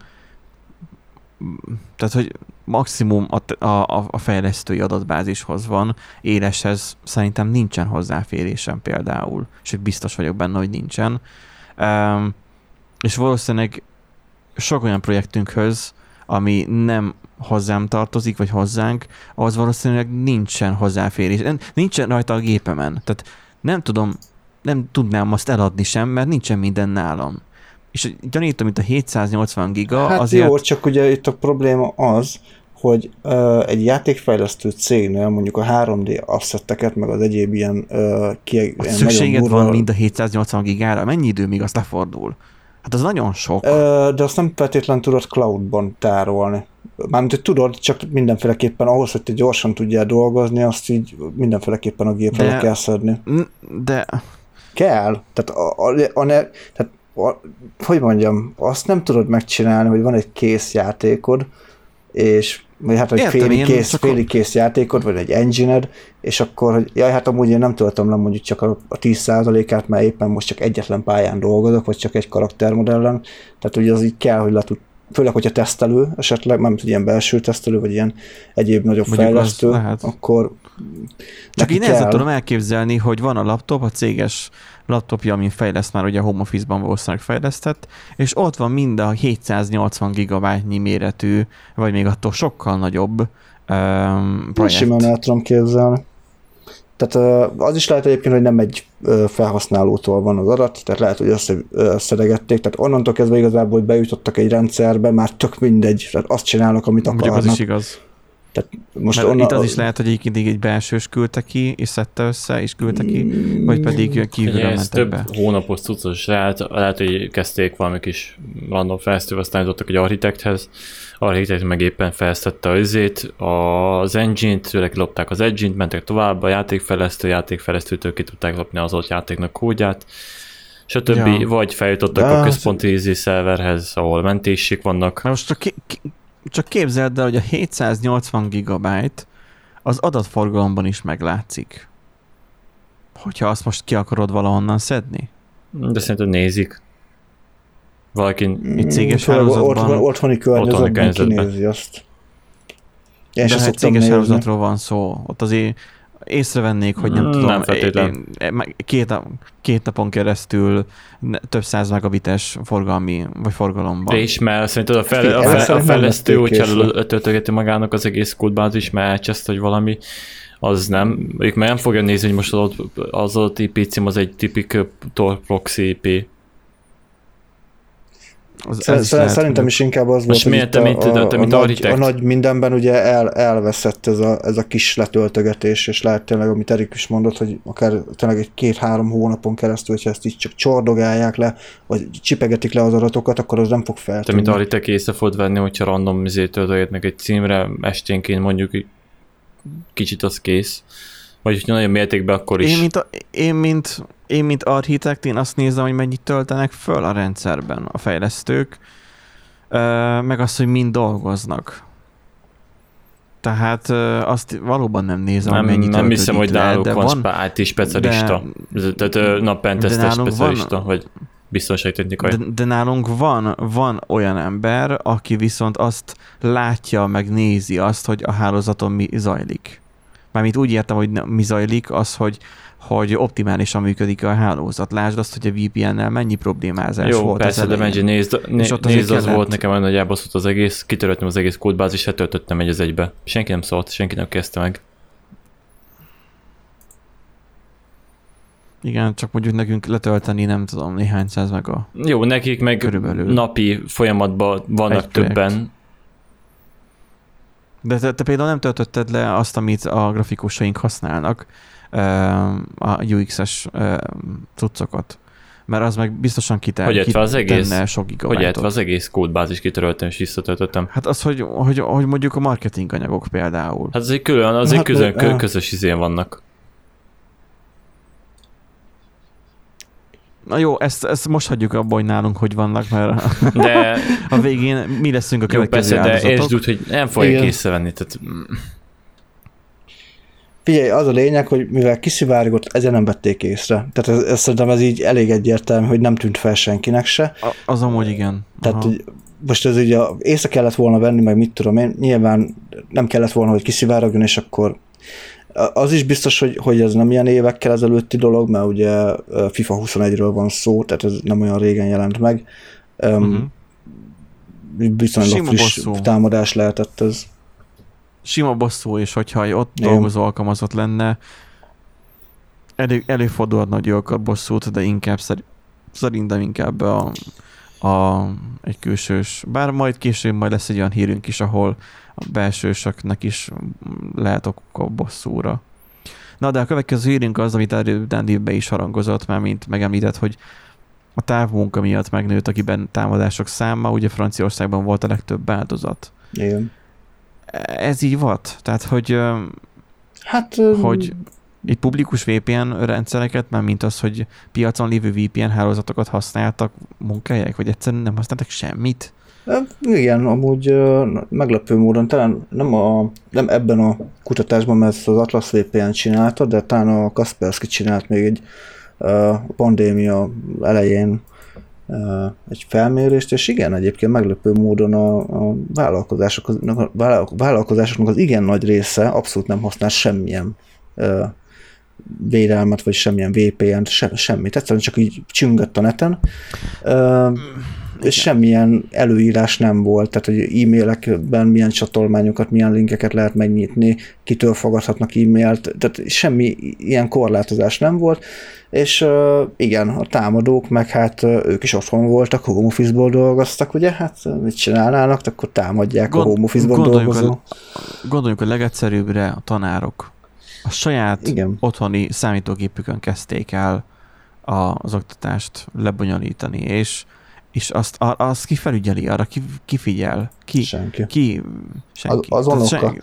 tehát, hogy maximum a, a, a fejlesztői adatbázishoz van, éleshez szerintem nincsen hozzáférésem például, és biztos vagyok benne, hogy nincsen. Um, és valószínűleg sok olyan projektünkhöz, ami nem hozzám tartozik, vagy hozzánk, ahhoz valószínűleg nincsen hozzáférés. Nincsen rajta a gépemen. Tehát nem tudom, nem tudnám azt eladni sem, mert nincsen minden nálam. És gyanítom, itt a hétszáznyolcvan giga hát azért... jó, csak ugye itt a probléma az, hogy uh, egy játékfejlesztő cégnél mondjuk a három dé asszetteket, meg az egyéb ilyen... Uh, ki, a szükséged van mind a hétszáznyolcvan gigára? Mennyi idő, míg az lefordul? Hát az nagyon sok. Uh, de azt nem feltétlenül tudod cloudban tárolni. Mármint, hogy tudod, csak mindenféleképpen ahhoz, hogy te gyorsan tudjál dolgozni, azt így mindenféleképpen a gépre de, kell szedni. De... Kell. Tehát, a, a, a ne, tehát a, hogy mondjam, azt nem tudod megcsinálni, hogy van egy kész játékod, és vagy hát egy Értem, félig, kész, félig kész játékod, vagy egy engine-ed, és akkor, hogy jaj, hát amúgy én nem töltöm le mondjuk csak a, a tíz százalékát, mert éppen most csak egyetlen pályán dolgozok, vagy csak egy karaktermodellen, tehát ugye az így kell, hogy le tud, főleg, hogyha tesztelő esetleg, nem tudom, ilyen belső tesztelő, vagy ilyen egyéb nagyobb mondjuk fejlesztő, akkor csak én ezzel tudom elképzelni, hogy van a laptop, a céges laptopja, amin fejleszt már ugye a home office-ban valószínűleg fejlesztett, és ott van mind a hétszáznyolcvan gigabyte-nyi méretű, vagy még attól sokkal nagyobb um, projekt. Simán el tudom képzelni. Tehát az is lehet egyébként, hogy nem egy felhasználótól van az adat, tehát lehet, hogy össze, összedegették, tehát onnantól kezdve igazából, hogy bejutottak egy rendszerbe, már tök mindegy, tehát azt csinálnak, amit akarnak. Mondjuk az is igaz. Tehát most onna, itt az is lehet, hogy egyébként egy belsős küldte ki, és szedte össze, és küldte ki, mm, vagy pedig kívülről mentek több be. hónapos cuccos, lehet, lehet, hogy kezdték valami kis random fejlesztő, aztán jutottak egy architekthez, architekt meg éppen fejlesztette az izét, az engine-t, tőle kilopták az engine-t, mentek tovább, a játékfejlesztő, játékfejlesztőtől ki tudták lopni az ott játéknak kódját, stb. Ja. Vagy feljutottak De a központi izé szerverhez, ahol mentések vannak. Na most csak, ki, ki, csak képzeld el, hogy a hétszáznyolcvan gigabyte az adatforgalomban is meglátszik. Hogyha azt most ki akarod valahonnan szedni? De szerintem nézik. Valaki egy céges hálózatban... Otthoni környezetben kinézi azt. Én de ha egy céges hálózatról van szó, ott azért észrevennék, hogy nem mm, tudom, nem feltétlen. Két, két napon keresztül több száz megabites forgalmi, vagy forgalomban. És mert szerinted a, fel, a, fel, a fejlesztő, hogyha töltögeti magának az egész kódbázis, mert elcseszt, hogy valami, az nem, ők már nem fogja nézni, hogy most az, az adott i pé cím az egy tipik Tor proxy i pé. Az, ez Szer- szerintem is inkább az most volt, hogy mint, a, a, a, a, nagy, a nagy mindenben ugye el, elveszett ez a, ez a kis letöltögetés, és lehet tényleg, amit Erik is mondott, hogy akár tényleg egy két-három hónapon keresztül, hogyha ezt így csak csordogálják le, vagy csipegetik le az adatokat, akkor az nem fog feltűnni. Te mint Aritek észre fogod venni, hogyha random töltögetnek egy címre, esténként mondjuk kicsit az kész, Vagy hogyha nagyon mértékben, akkor is. Én mint, a, én, mint, én, mint architekt, én azt nézem, hogy mennyit töltenek föl a rendszerben a fejlesztők, meg azt, hogy mind dolgoznak. Tehát azt valóban nem nézem, nem, hogy mennyit Nem hiszem, hogy náluk le, van i té specialista, de, tehát nappentesztes specialista, van, vagy biztonságtechnikai. De, de nálunk van, van olyan ember, aki viszont azt látja, meg nézi azt, hogy a hálózaton mi zajlik. Mármint úgy értem, hogy mi zajlik, az, hogy, hogy optimálisan működik a hálózat. Lásd azt, hogy a vé pé en-nel mennyi problémázás Jó, volt. Jó, persze, de Benji, nézd, nézd, nézd az volt nekem olyan nagy elbaszott az egész, kitöröltem az egész kódbázis, hát töltöttem egy az egybe. Senki nem szólt, senki nem kezdte meg. Igen, csak mondjuk nekünk letölteni, nem tudom, néhány száz meg a... Jó, nekik meg körülbelül napi folyamatban vannak többen. De te, te például nem töltötted le azt, amit a grafikusaink használnak, a u iksz-es cuccokat. Mert az meg biztosan kitár, hogy kitenne az egész, sok gigabájtot. Hogy értve az egész kódbázis kitöröltem és visszatöltöttem. Hát az, hogy, hogy, hogy mondjuk a marketing anyagok például. Hát az egy külön, az hát egy közön, kö, közös izén vannak. Na jó, ezt, ezt most hagyjuk abba, hogy nálunk hogy vannak, mert de... a végén mi leszünk a következő áldozatok. Persze, de értsd úgy, hogy nem fogják észrevenni. Tehát... Figyelj, az a lényeg, hogy mivel kiszivárgott, ezzel nem vették észre. Tehát ez, ez szerintem ez így elég egyértelmű, hogy nem tűnt fel senkinek se. A, az amúgy igen. Tehát hogy most ez ugye észre kellett volna venni, meg mit tudom én, nyilván nem kellett volna, hogy kiszivárogjon, és akkor az is biztos, hogy, hogy ez nem ilyen évekkel ezelőtti dolog, mert ugye FIFA huszonegyről van szó, tehát ez nem olyan régen jelent meg. Uh-huh. Viszonylag friss bosszú. Támadás lehetett ez. Sima bosszú, és hogyha egy ott Igen. dolgozó alkalmazott lenne, elő, előfordulhatna, hogy gyilkol bosszút, de inkább szerintem inkább a, a, egy külsős, bár majd később majd lesz egy olyan hírünk is, ahol a belsősöknek is lehet okuk a bosszúra. Na, de a következő hírünk az, amit Dandy be is harangozott, mert mint megemlített, hogy a távmunka miatt megnőtt a kibertámadások száma, ugye Franciaországban volt a legtöbb áldozat. Igen. Ez így volt? Tehát, hogy, hát, hogy egy publikus vé pé en rendszereket, már mint az, hogy piacon lévő vé pé en hálózatokat használtak munkahelyek, vagy egyszerűen nem használtak semmit? Igen, amúgy meglepő módon, talán nem, a, nem ebben a kutatásban, mert ezt az Atlas vé pé en csinálta, de talán a Kaspersky csinált még egy uh, pandémia elején uh, egy felmérést, és igen, egyébként meglepő módon a, a vállalkozásoknak, a vállalkozásoknak az igen nagy része abszolút nem használ semmilyen uh, védelmet, vagy semmilyen vé pé en-t, se, semmit. Egyszerűen csak így csüngött a neten. Uh, és semmilyen előírás nem volt, tehát hogy e-mailekben milyen csatolmányokat, milyen linkeket lehet megnyitni, kitől fogadhatnak e-mailt, tehát semmi ilyen korlátozás nem volt, és uh, igen, a támadók meg hát uh, ők is otthon voltak, home office-ból dolgoztak, ugye, hát mit csinálnának, akkor támadják Gond, a home office-ból dolgozó. A, gondoljuk a legegyszerűbbre a tanárok. A saját igen. otthoni számítógépükön kezdték el a, az oktatást lebonyolítani, és és azt, azt ki felügyeli, arra ki, ki figyel? Ki? Senki. Ki? Senki. Az, az senki.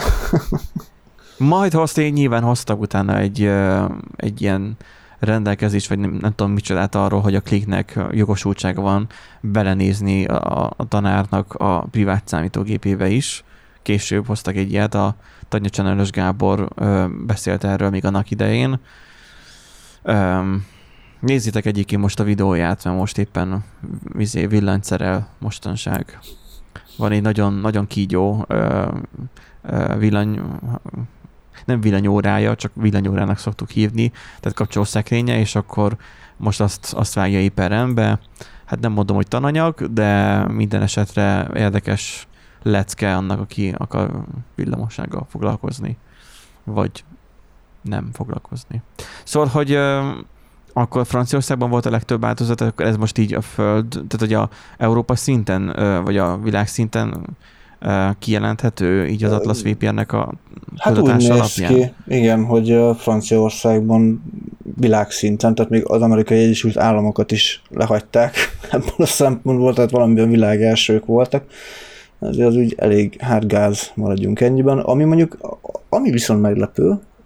Majd hozták, nyilván hoztak utána egy, egy ilyen rendelkezés, vagy nem, nem tudom micsodát arról, hogy a kliknek jogosultsága van belenézni a, a tanárnak a privát számítógépébe is. Később hoztak egy ilyet, a Tanya Csanelös Gábor ö, beszélt erről még annak idején. Öm, Nézzétek egyébként most a videóját, mert most éppen vizé villanyszerel mostanság. Van egy nagyon, nagyon kígyó ö, ö, villany, nem villanyórája, csak villanyórának szoktuk hívni, tehát kapcsolószekrénye, és akkor most azt, azt vágja éperembe. Hát nem mondom, hogy tananyag, de minden esetre érdekes lecke annak, aki akar villamossággal foglalkozni, vagy nem foglalkozni. Szóval, hogy ö, akkor Franciaországban volt a legtöbb áldozat, akkor ez most így a föld, tehát hogy a Európa szinten, vagy a világ szinten kijelenthető így az Atlas vé pé en-nek a hát úgy néz ki, igen, hogy Franciaországban világszinten, tehát még az Amerikai Egyesült Államokat is lehagyták ebből a szempontból, tehát valamiben világ elsők voltak. Azért az úgy elég hátgáz, maradjunk ennyiben. Ami mondjuk, ami viszont meglepő,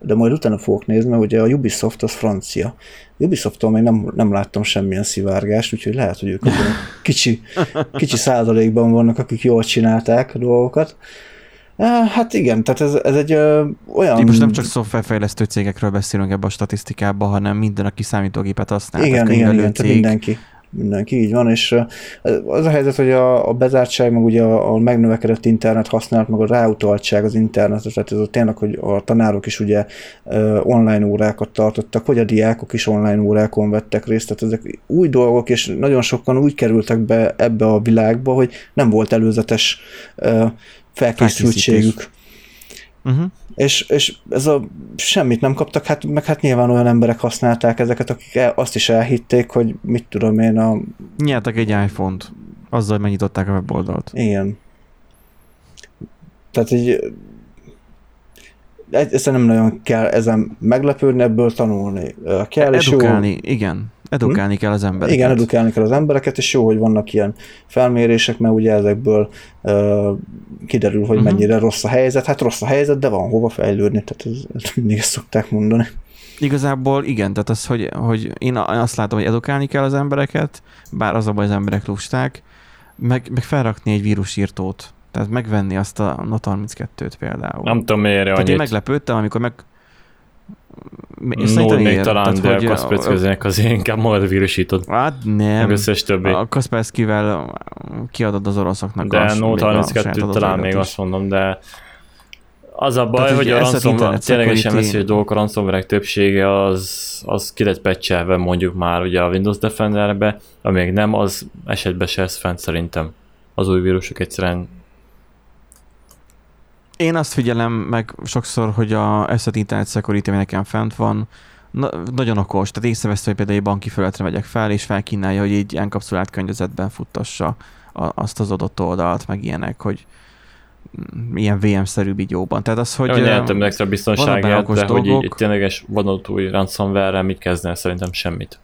de majd utána fogok nézni, mert ugye a Ubisoft az francia. Ubisofttól még nem, nem láttam semmilyen szivárgást, úgyhogy lehet, hogy ők kicsi, kicsi százalékban vannak, akik jól csinálták a dolgokat. Hát igen, tehát ez, ez egy ö, olyan... Most nem csak szoftverfejlesztő cégekről beszélünk ebben a statisztikában, hanem minden, aki számítógépet használ. Igen, igen, igen, tehát mindenki. Mindenki, így van, és az a helyzet, hogy a, a bezártság, meg ugye a, a megnövekedett internet használat, meg a ráutaltság az internetre, tehát ez a tényleg, hogy a tanárok is ugye online órákat tartottak, vagy a diákok is online órákon vettek részt, tehát ezek új dolgok, és nagyon sokan úgy kerültek be ebbe a világba, hogy nem volt előzetes felkészültségük. Uh-huh. És, és ez a semmit nem kaptak, hát meg hát nyilván olyan emberek használták ezeket, akik el, azt is elhitték, hogy mit tudom én a... Nyertek egy iPhone-t, azzal megnyitották a weboldalt. Igen. Tehát így ezt nem nagyon kell ezen meglepődni, ebből tanulni kell. Edukálni, és jó, igen. Edukálni hm? kell az embereket. Igen, edukálni kell az embereket, és jó, hogy vannak ilyen felmérések, mert ugye ezekből uh, kiderül, hogy uh-huh. mennyire rossz a helyzet. Hát rossz a helyzet, de van hova fejlődni, tehát ez, ez mindig ezt szokták mondani. Igazából igen, tehát az, hogy, hogy én azt látom, hogy edukálni kell az embereket, bár az abban az emberek lusták, meg, meg felrakni egy vírusírtót. Tehát megvenni azt a Note harminckettőt például. Nem tudom, miért annyit. Tehát én meglepődtem, amikor meg... Nód még talán, de a Kaspersky-nek azért inkább magad vírusítod. Hát nem. Meg összes többi. A Kaspersky-vel kiadod az oroszoknak. De Note harminckettőt talán még azt mondom, de az a baj, tehát, hogy a ransomware, ténylegesen veszélyes dolgok, a ransomware többsége az, az ki lett patchelve mondjuk már ugye a Windows Defenderbe, amíg nem, az esetben se ez fent szerintem. Az új vírusok egyszerűen. Én azt figyelem meg sokszor, hogy a Asset Internet Security, ami nekem fent van, na, nagyon okos. Tehát észrevesz, hogy például egy banki felületre megyek fel, és felkínálja, hogy egy enkapszulált környezetben futtassa a, azt az adott oldalt, meg ilyenek, hogy ilyen vé em-szerű bigyóban. Tehát az, hogy... Nyertem extra biztonságát, de hogy így, így tényleges vadonatúj ransomware-rel mit kezdene? Szerintem semmit.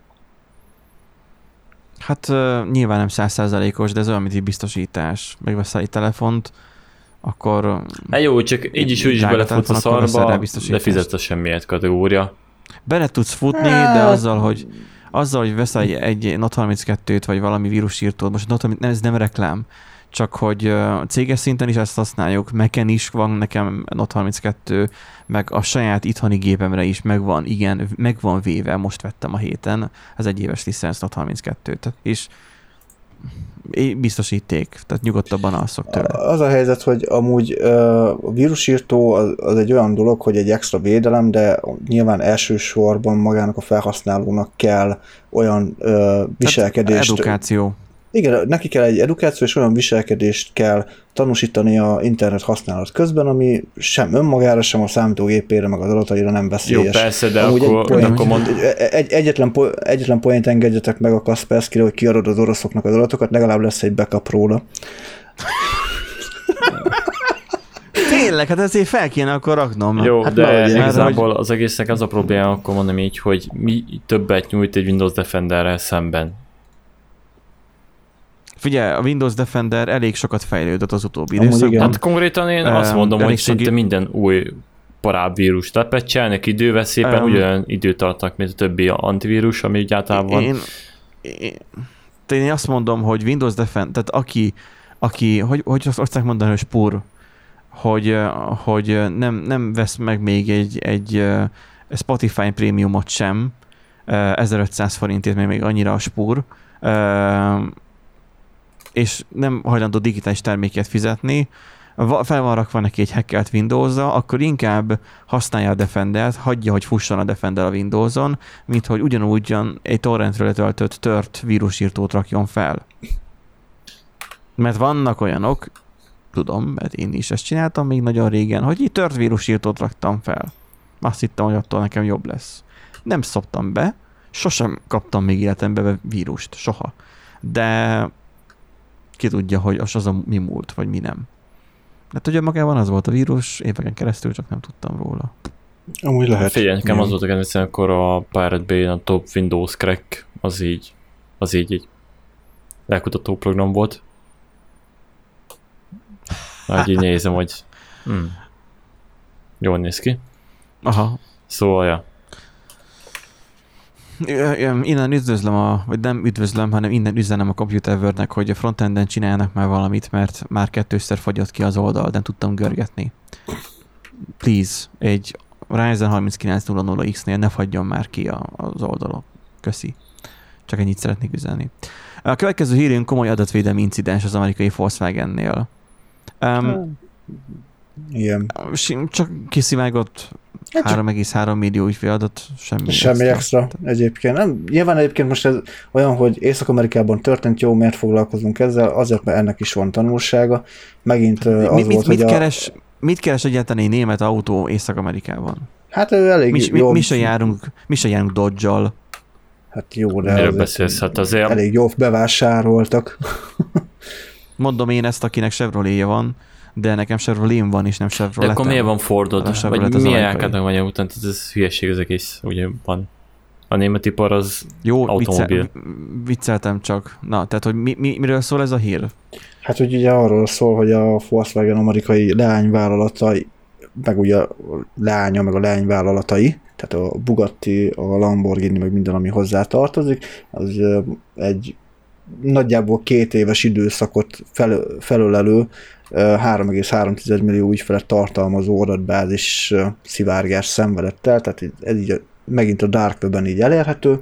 Hát uh, nyilván nem száz százalékos, de ez olyan, mint egy biztosítás. Megveszel egy telefont, akkor... Hát jó, csak így is úgy is belefutsz a szarba, de fizetsz a semmiért kategória. Bele tudsz futni, de azzal, hogy azzal, hogy veszel egy, egy Note harminckettőt, vagy valami vírusírtót, most Note, nem, ez nem reklám, csak hogy uh, céges szinten is ezt használjuk, Mac-en is van nekem Note harminckettő, meg a saját itthoni gépemre is megvan, igen, megvan véve, most vettem a héten az egyéves licensz Note harminckettőt, és biztosíték, tehát nyugodtabban alszok tőle. Az a helyzet, hogy amúgy a vírusírtó az, az egy olyan dolog, hogy egy extra védelem, de nyilván elsősorban magának a felhasználónak kell olyan ö, viselkedést... Tehát edukáció. Igen, neki kell egy edukáció, és olyan viselkedést kell tanúsítani a internet használat közben, ami sem önmagára, sem a számítógépére, meg az adataira nem veszélyes. Jó, persze, de amúgy akkor, point, akkor mond... egy, egyetlen, egyetlen point engedjetek meg a Kasperskyre, hogy kiadod az oroszoknak az adatokat, legalább lesz egy backup róla. Tényleg, hát ezért fel kéne akkor raknom. Jó, hát de igazából hogy... az egésznek az a probléma, akkor mondom így, hogy mi többet nyújt egy Windows Defenderrel szemben. Figyelj, a Windows Defender elég sokat fejlődött az utóbbi időszakban. Hát konkrétan én azt mondom, hogy szinte szinte minden új parább vírus lepecselnek idővel szépen, um, ugyanolyan időt tartnak, mint a többi antivírus, ami úgy általában van. Én, én, én azt mondom, hogy Windows Defender, tehát aki, aki hogy, hogy azt szokták mondani, hogy spur, hogy, hogy nem, nem vesz meg még egy, egy Spotify prémiumot sem, ezerötszáz forintért, még, még annyira a spur, és nem hajlandó digitális terméket fizetni, fel van rakva neki egy hackelt Windows-a, akkor inkább használja a Defendert, hagyja, hogy fusson a Defender a Windows-on, mint hogy ugyanúgyan egy torrentről letöltött tört vírusírtót rakjon fel. Mert vannak olyanok, tudom, mert én is ezt csináltam még nagyon régen, hogy így tört vírusírtót raktam fel. Azt hittem, hogy attól nekem jobb lesz. Nem szoptam be, sosem kaptam még életembe vírust, soha. De ki tudja, hogy az, az a mi múlt, vagy mi nem. Hát ugye magában az volt a vírus, éveken keresztül csak nem tudtam róla. Amúgy lehet. Figyelj, nekem az volt a kedvencem, akkor a Pirate Bay, a Top Windows Crack, az így, az így egy lekutató program volt. Majd így nézem, hogy hmm, jól néz ki. Aha. Szóval, ja. Innen üdvözlöm, a, vagy nem üdvözlöm, hanem innen üzenem a Computer Worldnek, hogy a frontenden csinálnak már valamit, mert már kettőszer fagyott ki az oldal, nem tudtam görgetni. Please, egy Ryzen harminckilenc nulla nulla X-nél ne fagyjon már ki a, az oldalon. Köszi. Csak ennyit szeretnék üzenni. A következő hírünk komoly adatvédelmi incidens az amerikai Volkswagen-nél. Um, Igen. Csak kiszivágott három egész három millió ügyféladat, semmi, semmi extra. extra egyébként. Nem, nyilván egyébként most ez olyan, hogy Észak-Amerikában történt, jó, miért foglalkozunk ezzel? Azért, mert ennek is van tanulsága. Megint az mit, volt, mit, hogy keres, a... mit keres egyáltalán egy német autó Észak-Amerikában? Hát ő elég mi, jó. Mi, mi se járunk, mi se járunk Dodge-al. Hát jó, de azért beszélsz, hát azért... elég jó bevásároltak. Mondom én ezt, akinek Chevrolet-je van, de nekem Chevrolet van, és nem Chevrolet. De akkor miért van Fordod? Vagy milyen elkádnak vagy után? Ez hülyeség az egész, ugye van. A német ipar az jó, automobil. Vicce, vicceltem csak. Na, tehát, hogy mi, mi, miről szól ez a hír? Hát, hogy ugye arról szól, hogy a Volkswagen amerikai leányvállalatai, meg ugye a leánya, meg a leányvállalatai, tehát a Bugatti, a Lamborghini, meg minden, ami hozzá tartozik, az egy nagyjából két éves időszakot fel, felölelő három egész három millió ügyfelet tartalmazó adatbázis szivárgás szenvedett el, tehát ez így megint a Dark Web-en így elérhető.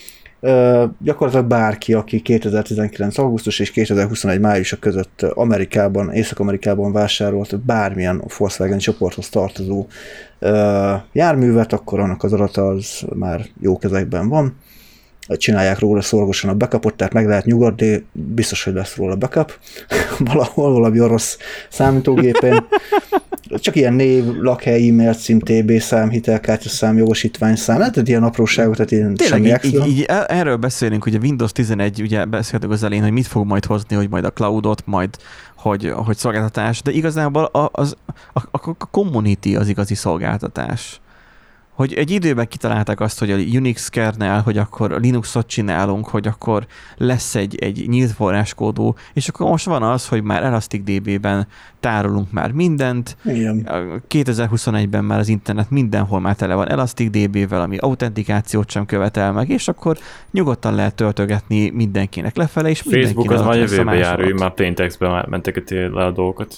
Uh, gyakorlatilag bárki, aki kétezer-tizenkilenc augusztus és kétezer-huszonegy májusa között Amerikában, Észak-Amerikában vásárolt bármilyen Volkswagen csoporthoz tartozó uh, járművet, akkor annak az adata az már jó kezekben van. Csinálják róla szorgosan a backupot, tehát meg lehet nyugodni, biztos, hogy lesz róla backup, valahol valami orosz számítógépén. Csak ilyen név, lakhely, e-mail cím, té bé szám, hitelkártya szám, jogosítvány szám, tehát ilyen apróságok, tehát ilyen tényleg semmi extra. Így, így erről beszélünk, hogy a Windows tizenegy, ugye beszéltük az elején, hogy mit fog majd hozni, hogy majd a cloudot, majd hogy, hogy szolgáltatás, de igazából a, az, a, a, a community az igazi szolgáltatás. Hogy egy időben kitalálták azt, hogy a Unix kernel, hogy akkor Linuxot csinálunk, hogy akkor lesz egy, egy nyílt forráskódú, és akkor most van az, hogy már ElasticDB-ben tárolunk már mindent. Igen. kétezer-huszonegyben már az internet mindenhol már tele van ElasticDB-vel, ami autentikációt sem követel meg, és akkor nyugodtan lehet töltögetni mindenkinek lefele, és Facebook az már jövőbe jár, ő már plaintextben már mentek le a dolgokat.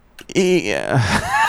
Igen.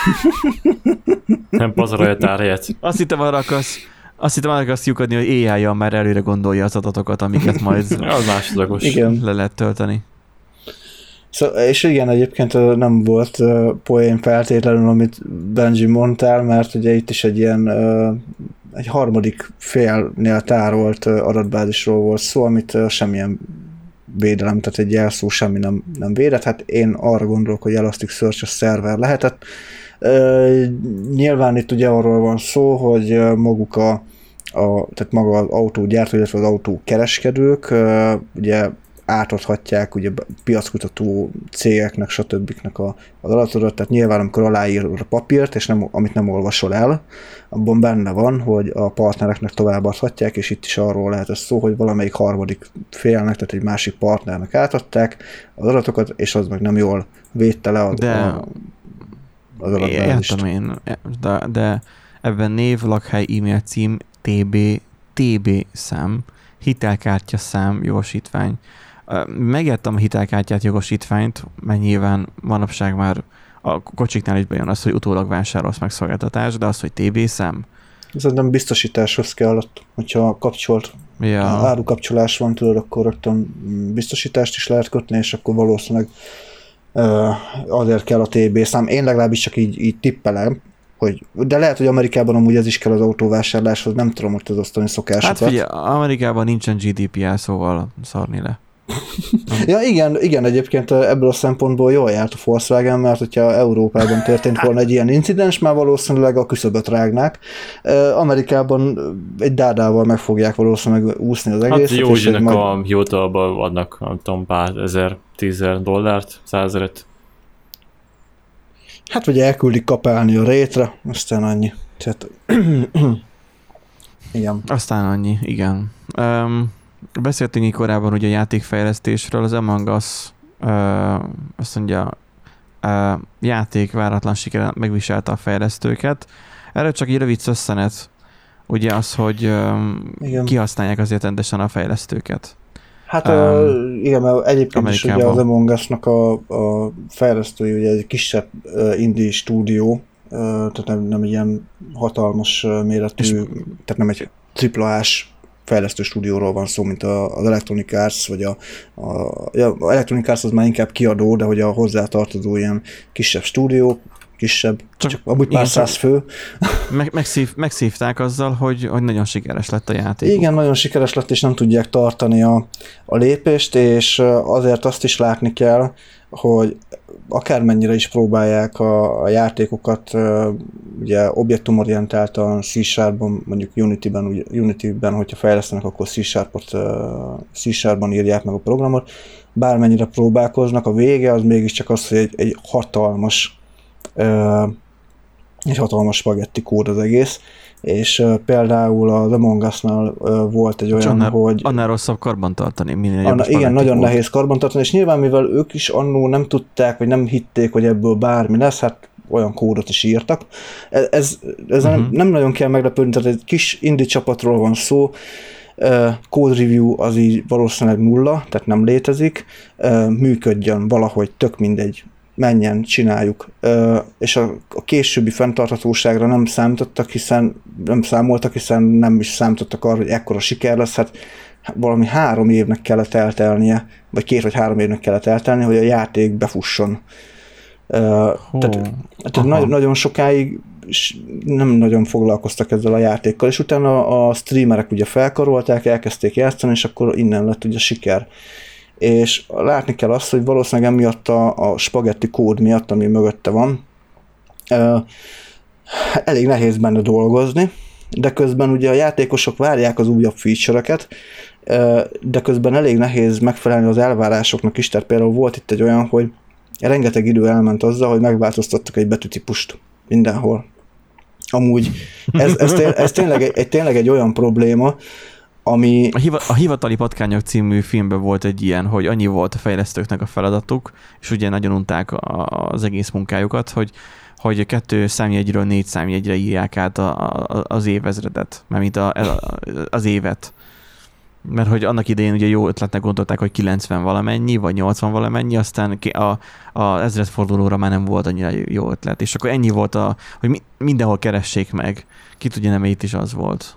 Nem pazarolja tárhelyet. Azt hittem arra akarsz, azt hittem arra akarsz lyukadni, hogy á i-jal már előre gondolja az adatokat, amiket majd az másodlagos. Igen. Le lehet tölteni. Szóval, és igen, egyébként nem volt poén feltétlenül, amit Benji mondtál, mert ugye itt is egy ilyen egy harmadik félnél tárolt adatbázisról volt szó, amit semmilyen védelem, tehát egy jelszó semmi nem, nem védett. Hát én arra gondolok, hogy Elasticsearch a szerver lehetett. Uh, nyilván itt ugye arról van szó, hogy maguk a, a tehát maga az autógyártó, illetve az autókereskedők uh, ugye átadhatják ugye piackutató cégeknek, stb. A, az adatodat, tehát nyilván amikor aláírod a papírt, és nem, amit nem olvasol el, abban benne van, hogy a partnereknek továbbadhatják, és itt is arról lehet ez szó, hogy valamelyik harmadik félnek, tehát egy másik partnernek átadták az adatokat, és az meg nem jól védte le az, de, a, az adatbázist. Értem én, de, de ebben név, lakhely, e-mail cím, té bé, té bé szám, hitelkártya szám, jogosítvány. Megértem a hitelkártyát, jogosítványt, mert nyilván manapság már a kocsiknál is bejön az, hogy utólag vásárolsz meg szolgáltatás, de az, hogy té bé szám. Ez nem biztosításhoz kellett, hogyha kapcsolt ja. árukapcsolás van, tudod, akkor rögtön biztosítást is lehet kötni, és akkor valószínűleg uh, azért kell a té bé szám. Én legalábbis csak így, így tippelem, hogy, de lehet, hogy Amerikában amúgy ez is kell az autóvásárláshoz, nem tudom, hogy az osztani szokásokat. Hát figyelj, Amerikában nincsen gé dé pé er, szóval szarni le. Ja igen, igen, egyébként ebből a szempontból jól járt a Volkswagen, mert hogyha Európában történt volna egy ilyen incidens, már valószínűleg a küszöböt rágnák. Amerikában egy dádával meg fogják valószínűleg úszni az egészet. Hát jó, hogy ennek majd... a hivatalban adnak, nem tudom, pár ezer, tízezer dollárt, százezret. Hát vagy elküldik kapálni a rétre, aztán annyi. Tehát... igen. Aztán annyi, igen. Um, beszéltünk így korábban ugye a játékfejlesztésről, az Among Us uh, azt mondja, uh, játék váratlan sikeren megviselte a fejlesztőket. Erről csak egy rövid szösszenet, ugye az, hogy um, kihasználják azért rendesen a fejlesztőket. Hát um, igen, mert egyébként Amerikában. Is ugye az Among Us-nak a, a fejlesztői ugye egy kisebb uh, indie stúdió, uh, tehát nem, nem ilyen hatalmas uh, méretű, és tehát nem egy triplás fejlesztő stúdióról van szó, mint az Electronic Arts, vagy a, a, ja, a Electronic Arts az már inkább kiadó, de hogy a hozzátartozó ilyen kisebb stúdió, kisebb, csak, csak amúgy pár száz fő. Meg, megszív, megszívták azzal, hogy, hogy nagyon sikeres lett a játék. Igen, nagyon sikeres lett, és nem tudják tartani a, a lépést, és azért azt is látni kell, hogy akármennyire is próbálják a, a játékokat ugye objektumorientáltan C-Sharpban, mondjuk Unity-ben, ugye, Unity-ben, hogyha fejlesztenek, akkor C-Sharpot, C-Sharpban írják meg a programot. Bármennyire próbálkoznak, a vége az mégiscsak az, hogy egy, egy hatalmas egy hatalmas spagetti kód az egész, és például az Among Us-nál volt egy olyan, annál, hogy... Annál rosszabb karbantartani, minél anna, igen, nagyon kód. Nehéz karbantartani, és nyilván mivel ők is annó nem tudták, vagy nem hitték, hogy ebből bármi lesz, hát olyan kódot is írtak. Ez, ez, ez uh-huh. nem, nem nagyon kell meglepődni, tehát egy kis indie csapatról van szó, code review az így valószínűleg nulla, tehát nem létezik, működjön valahogy, tök mindegy, menjen, csináljuk. És a, a későbbi fenntarthatóságra nem számítottak, hiszen nem számoltak, hiszen nem is számítottak arra, hogy ekkora siker lesz, hát valami három évnek kellett eltelnie, vagy két vagy három évnek kellett eltelnie, hogy a játék befusson. Hú, tehát tehát nagyon, nagyon sokáig nem nagyon foglalkoztak ezzel a játékkal, és utána a streamerek ugye felkarolták, elkezdték játszani, és akkor innen lett ugye siker. És látni kell azt, hogy valószínűleg emiatt a, a spagetti kód miatt, ami mögötte van, elég nehéz benne dolgozni, de közben ugye a játékosok várják az újabb feature-öket, de közben elég nehéz megfelelni az elvárásoknak is, tehát például volt itt egy olyan, hogy rengeteg idő elment azzal, hogy megváltoztattak egy betűtípust mindenhol. Amúgy ez, ez, tény, ez tényleg, egy, tényleg egy olyan probléma, ami... A, hiva, a Hivatali Patkányok című filmben volt egy ilyen, hogy annyi volt a fejlesztőknek a feladatuk, és ugye nagyon unták a, az egész munkájukat, hogy, hogy kettő számjegyről négy számjegyre írják át a, a, az évezredet, mármint a, a, az évet. Mert hogy annak idején ugye jó ötletnek gondolták, hogy kilencven valamennyi, vagy nyolcvan valamennyi, aztán a, a ezredfordulóra már nem volt annyira jó ötlet. És akkor ennyi volt, a, hogy mindenhol keressék meg. Ki tudja, nem itt is az volt.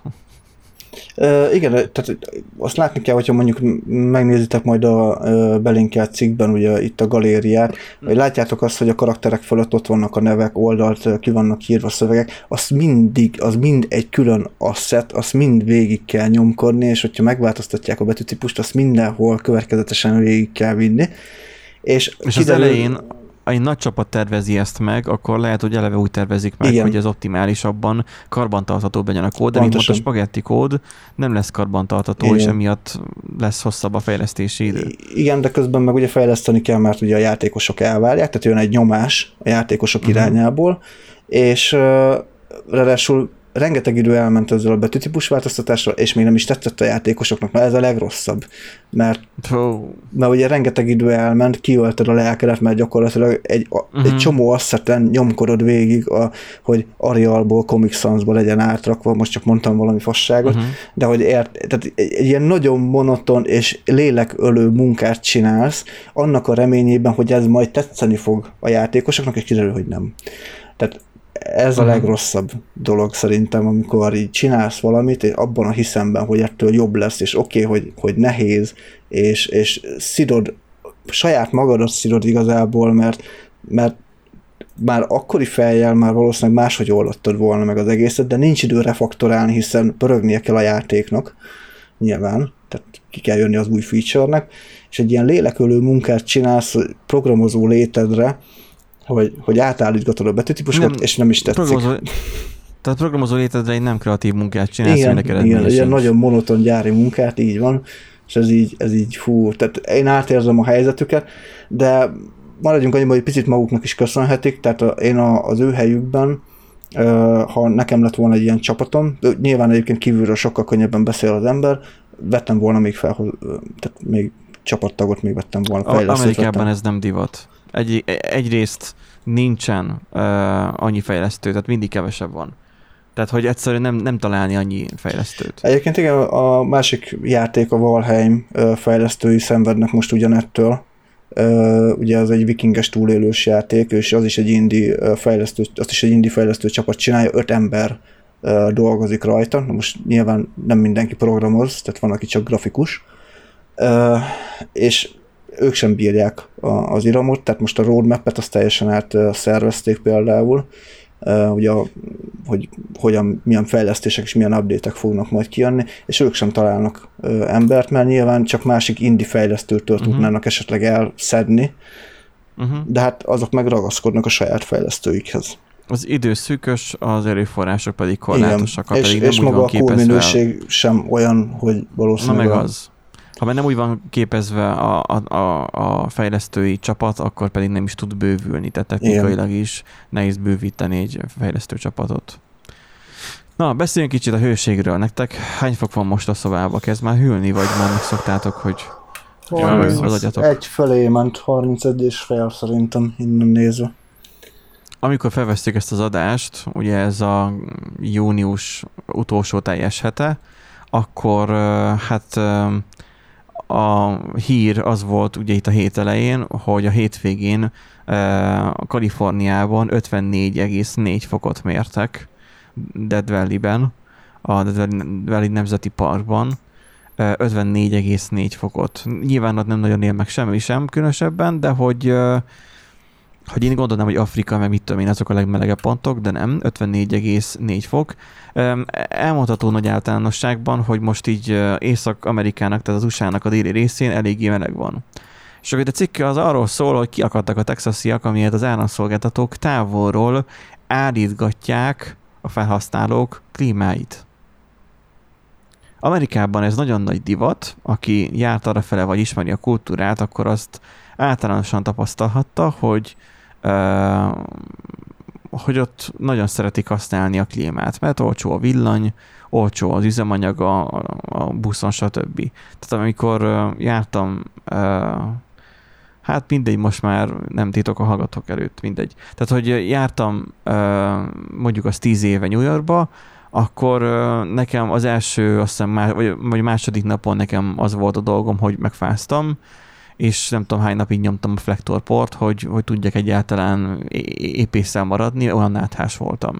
Uh, igen, tehát azt látni kell, hogyha mondjuk megnézitek majd a uh, belinkelt cikkben, ugye itt a galériát, hogy látjátok azt, hogy a karakterek fölött ott vannak a nevek, oldalt ki vannak írva szövegek, azt mindig, az mind egy külön asset, azt mind végig kell nyomkodni, és hogyha megváltoztatják a betűtípust, azt mindenhol következetesen végig kell vinni. És, és kiderül... az elején egy nagy csapat tervezi ezt meg, akkor lehet, hogy eleve úgy tervezik meg, igen, hogy ez optimálisabban karbantartható legyen a kód, de mint most a spagetti kód nem lesz karbantartható, igen, és emiatt lesz hosszabb a fejlesztési idő. Igen, de közben meg ugye fejleszteni kell, mert ugye a játékosok elvárják, tehát jön egy nyomás a játékosok uh-huh. irányából, és uh, ráadásul rengeteg idő elment ezzel a betűtípus változtatásra, és még nem is tetszett a játékosoknak, mert ez a legrosszabb. Mert, oh. mert ugye rengeteg idő elment, kiölted a lelkedet, mert gyakorlatilag egy, uh-huh. egy csomó asszeten nyomkodod végig, a, hogy Arialból, Comic Sans-ból legyen átrakva, most csak mondtam valami fasságot, uh-huh. de hogy ért, tehát egy, egy ilyen nagyon monoton és lélekölő munkát csinálsz, annak a reményében, hogy ez majd tetszeni fog a játékosoknak, és kiderül, hogy nem. Tehát ez a legrosszabb dolog szerintem, amikor így csinálsz valamit, és abban a hiszemben, hogy ettől jobb lesz, és oké, okay, hogy, hogy nehéz, és, és szidod, saját magadat szidod igazából, mert, mert már akkori fejjel már valószínűleg máshogy oldottad volna meg az egészet, de nincs idő refaktorálni, hiszen pörögnie kell a játéknak, nyilván, tehát ki kell jönni az új feature-nek, és egy ilyen lélekölő munkát csinálsz programozó létedre, hogy, hogy átállítgatod a betűtípusokat, nem, és nem is tetszik. Programozó, tehát programozó létedre egy nem kreatív munkát csinálsz, igen, igen, ilyen nagyon monoton gyári munkát, így van, és ez így, ez így fú, tehát én átérzem a helyzetüket, de maradjunk annyiban, hogy picit maguknak is köszönhetik, tehát a, én a, az ő helyükben, ha nekem lett volna egy ilyen csapatom, nyilván egyébként kívülről sokkal könnyebben beszél az ember, vettem volna még fel, tehát még csapattagot még vettem volna. Amerikában vettem. Ez nem divat. Egy, egyrészt nincsen uh, annyi fejlesztő, tehát mindig kevesebb van. Tehát, hogy egyszerűen nem, nem találni annyi fejlesztőt. Egyébként igen, a másik játék, a Valheim fejlesztői szenvednek most ugyanettől. Ugye az egy vikinges túlélős játék, és az is egy indie fejlesztő, azt is egy indie fejlesztő csapat csinálja, öt ember dolgozik rajta. Most nyilván nem mindenki programoz, tehát van, aki csak grafikus. És ők sem bírják az iramot, tehát most a roadmap-et azt teljesen átszervezték például, ugye, hogy hogyan, milyen fejlesztések és milyen update-ek fognak majd kijönni, és ők sem találnak embert, mert nyilván csak másik indie fejlesztőtől uh-huh. tudnának esetleg elszedni, uh-huh. de hát azok meg ragaszkodnak a saját fejlesztőikhez. Az idő szűkös, az erőforrások pedig korlátosak. És, pedig és nem maga a kódminőség sem olyan, hogy valószínűleg... Na meg az. Ha már nem úgy van képezve a, a, a, a fejlesztői csapat, akkor pedig nem is tud bővülni, tehát technikailag is nehéz bővíteni egy fejlesztő csapatot. Na, beszéljünk kicsit a hőségről. Nektek hány fok van most a szobában? Kezd már hűlni, vagy már megszoktátok, hogy az agyatok? Egy felé ment, harmincegy és fél szerintem innen nézve. Amikor felvesztük ezt az adást, ugye ez a június utolsó teljes hete, akkor hát a hír az volt ugye itt a hét elején, hogy a hétvégén a Kaliforniában ötvennégy egész négy fokot mértek Death Valley-ben, a Death Valley Nemzeti Parkban, ötvennégy egész négy fokot. Nyilván ott nem nagyon él meg semmi sem különösebben, de hogy, hogy én gondolnám, hogy Afrika, meg mit tudom én, azok a legmelegebb pontok, de nem, ötvennégy egész négy fok. Elmondható nagy általánosságban, hogy most így Észak-Amerikának, tehát az u es á-nak a déli részén eléggé meleg van. És akkor a cikke az arról szól, hogy kiakadtak a texasiak, amiért az áramszolgáltatók távolról állítgatják a felhasználók klímáit. Amerikában ez nagyon nagy divat, aki járt arrafele, vagy ismeri a kultúrát, akkor azt általánosan tapasztalhatta, hogy uh, hogy ott nagyon szeretik használni a klímát, mert olcsó a villany, olcsó az üzemanyag a, a buszon, stb. Tehát amikor uh, jártam, uh, hát mindegy, most már nem titok a hallgatók előtt, mindegy. Tehát, hogy jártam uh, mondjuk az tíz éve New Yorkba, akkor uh, nekem az első, azt hiszem, má, vagy, vagy második napon nekem az volt a dolgom, hogy megfáztam, és nem tudom hány napig nyomtam a flektorport, hogy, hogy tudjak egyáltalán épp ésszel maradni, olyan náthás voltam.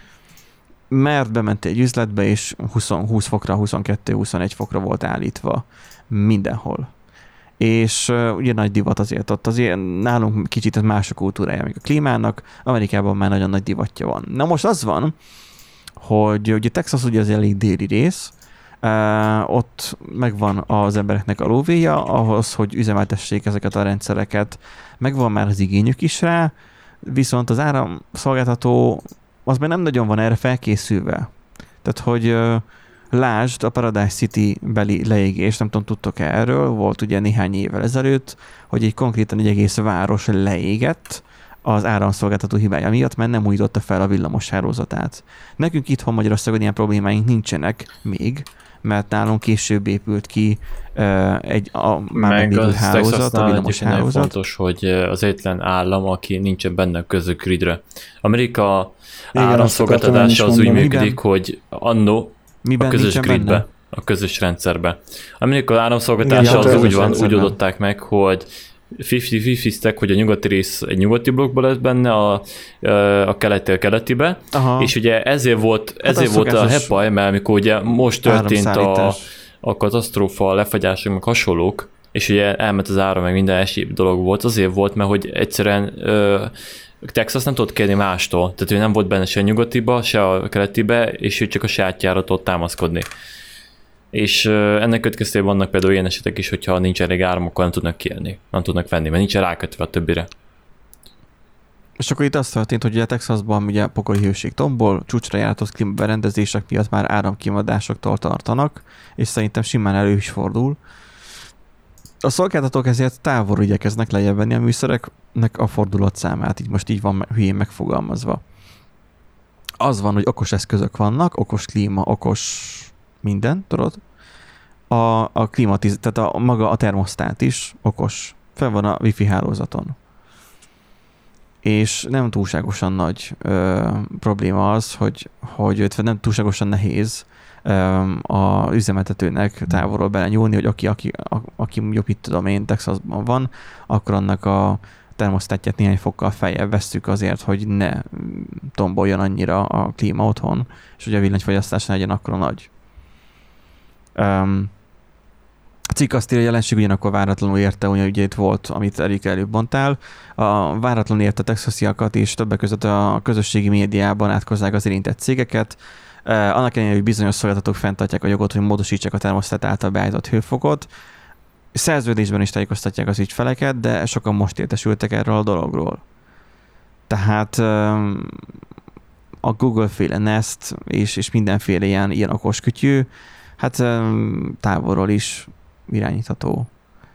Mert bementél egy üzletbe, és húsz, húsz fokra, huszonkettő huszonegy fokra volt állítva mindenhol. És uh, ugye nagy divat azért ott, azért nálunk kicsit más a kultúrája, még a klímának, Amerikában már nagyon nagy divatja van. Na most az van, hogy ugye Texas ugye az elég déli rész, Uh, ott megvan az embereknek a lóvéja ahhoz, hogy üzemeltessék ezeket a rendszereket. Megvan már az igényük is rá, viszont az áramszolgáltató az már nem nagyon van erre felkészülve. Tehát, hogy uh, lásd a Paradise City beli leégés, nem tudom, tudtok-e erről, volt ugye néhány évvel ezelőtt, hogy egy konkrétan egy egész város leégett az áramszolgáltató hibája miatt, mert nem újította fel a villamos hálózatát. Nekünk itthon Magyarországon ilyen problémáink nincsenek még, mert nálunk később épült ki uh, egy a, már meglévő hálózat, a villamos hálózat. Fontos, hogy az egyetlen állam, aki nincsen benne a közögridre. Amerika áramszolgáltatása az úgy működik, miben, hogy annó a közös gridbe, a közös rendszerbe. Amerika áramszolgáltatása az úgy van, úgy oldották meg, hogy ötven-ötven-ztek, hogy a nyugati rész egy nyugati blokkban lesz benne, a, a keleti a keletibe, aha. És ugye ezért volt, ezért hát volt a hepaj, mert amikor ugye most történt a, a katasztrófa, a lefagyások, meg hasonlók, és ugye elment az ára, meg minden esély dolog volt, azért volt, mert hogy egyszerűen ö, Texas nem tudott kérni mástól, tehát ő nem volt benne se a nyugatiba, se a keletibe, és ő csak a sajátjára tudott támaszkodni. És ennek következtében vannak például ilyen esetek is, hogyha nincs elég áram, akkor nem tudnak kielni, nem tudnak venni, mert nincs rákötve a többire. És akkor itt azt történt, hogy a Texasban ugye pokoli hőség tombol, csúcsra járatott klímaberendezések miatt már áramkimadásoktól tartanak, és szerintem simán elő is fordul. A szolgáltatók ezért távolról igyekeznek lejjebb venni a műszereknek a fordulatszámát, így most így van hülyén megfogalmazva. Az van, hogy okos eszközök vannak, okos klíma, okos minden, tudod? A, a klimatiz, tehát a, maga a termosztát is okos. Fel van a wifi hálózaton. és nem túlságosan nagy ö, probléma az, hogy, hogy nem túlságosan nehéz ö, a üzemeltetőnek távolról belenyúlni, hogy aki, aki, a, aki jobb, itt tudom én, Texasban van, akkor annak a termosztátját néhány fokkal feljebb vesszük azért, hogy ne tomboljon annyira a klíma otthon, és hogy a villanyfogyasztás ne legyen akkora nagy. Um, a cikk azt írja, a jelenség ugyanakkor váratlanul érte, ugye ugye itt volt, amit Erik előbb mondtál, a váratlanul érte a texasiakat, és többek között a közösségi médiában átkozzák az érintett cégeket. Uh, annak ellenére, hogy bizonyos szolgáltatók fenntartják a jogot, hogy módosítsák a termosztát által beállított hőfokot. Szerződésben is tájékoztatják az ügyfeleket, de sokan most értesültek erről a dologról. Tehát um, a Google-féle Nest és, és mindenféle ilyen, ilyen okos kütyű, hát um, távolról is irányítható.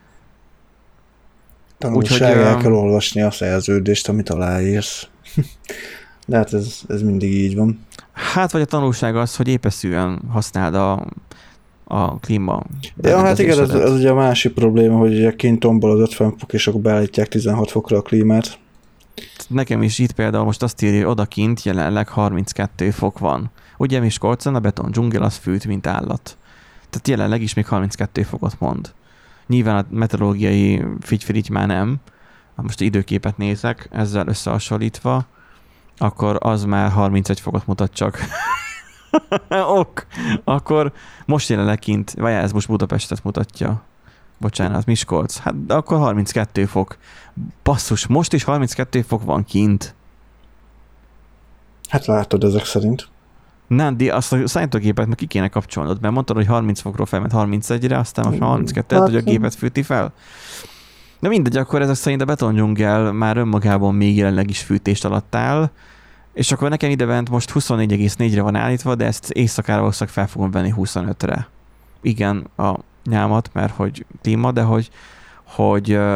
Tanulság, el kell olvasni a szerződést, amit aláírsz. De hát ez, ez mindig így van. Hát vagy a tanulság az, hogy épeszűen használd a, a klíma. Ja, hát igen, ez, ez ugye a másik probléma, hogy ugye kint tombol az ötven fok, és akkor beállítják tizenhat fokra a klímát. Nekem is itt például most azt írja, hogy odakint jelenleg harminckettő fok van. Ugye Miskolcon a beton dzsungel az fűt, mint állat. Tehát jelenleg is még harminckettő fokot mond. Nyilván a meteorológiai figyfirigy már nem. Ha most időképet nézek, ezzel összehasonlítva, akkor az már harmincegy fokot mutat csak. Ok. Akkor most jelenleg kint, vagy ez most Budapestet mutatja. Bocsánat, Miskolc. Hát akkor harminckettő fok. Basszus, most is harminckettő fok van kint. Hát látod ezek szerint. Nem, de azt a számítógépet meg ki kéne kapcsolnod, mert mondtad, hogy harminc fokról felment harmincegyre, aztán most már harminckettő, hát, hogy a gépet fűti fel. De mindegy, akkor ezek szerint a betondzsungel már önmagában még jelenleg is fűtést alatt áll, és akkor nekem idebent most huszonnégy egész négyre van állítva, de ezt éjszakára valószínűleg fel fogom venni huszonötre. Igen, a nyámat, mert hogy klíma, de hogy, hogy uh,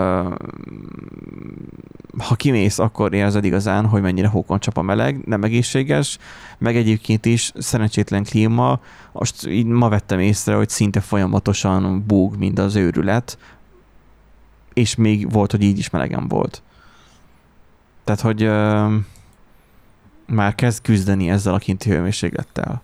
ha kimész, akkor érzed igazán, hogy mennyire hókon csap a meleg, nem egészséges, meg egyébként is szerencsétlen klíma. Most így ma vettem észre, hogy szinte folyamatosan búg, mint az őrület, és még volt, hogy így is melegen volt. Tehát, hogy uh, már kezd küzdeni ezzel a kinti hőmérséklettel.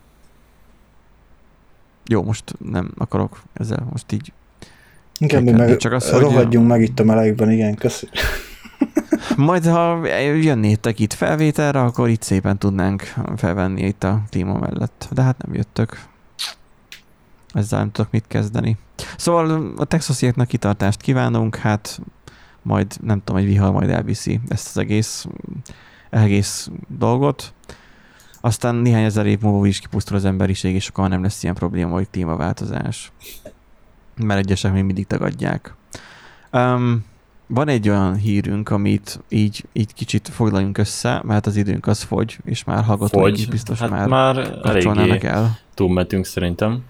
Jó, most nem akarok ezzel most így inkább mi meg csak az, rohadjunk hogy... meg itt a melegben, igen, köszi. Majd, ha jönnétek itt felvételre, akkor itt szépen tudnánk felvenni itt a klíma mellett. De hát nem jöttök. Ezzel nem tudok mit kezdeni. Szóval a texasieknak kitartást kívánunk, hát majd nem tudom, egy vihar majd elviszi ezt az egész, egész dolgot. Aztán néhány ezer év múlva is kipusztul az emberiség, és akkor nem lesz ilyen probléma, hogy klímaváltozás. Mert egyesek még mindig tagadják. Um, van egy olyan hírünk, amit így, így kicsit foglaljunk össze, mert az időnk az fogy, és már hallgatóink is biztos hát már, már kapcsolnának el. Túlmetünk szerintem.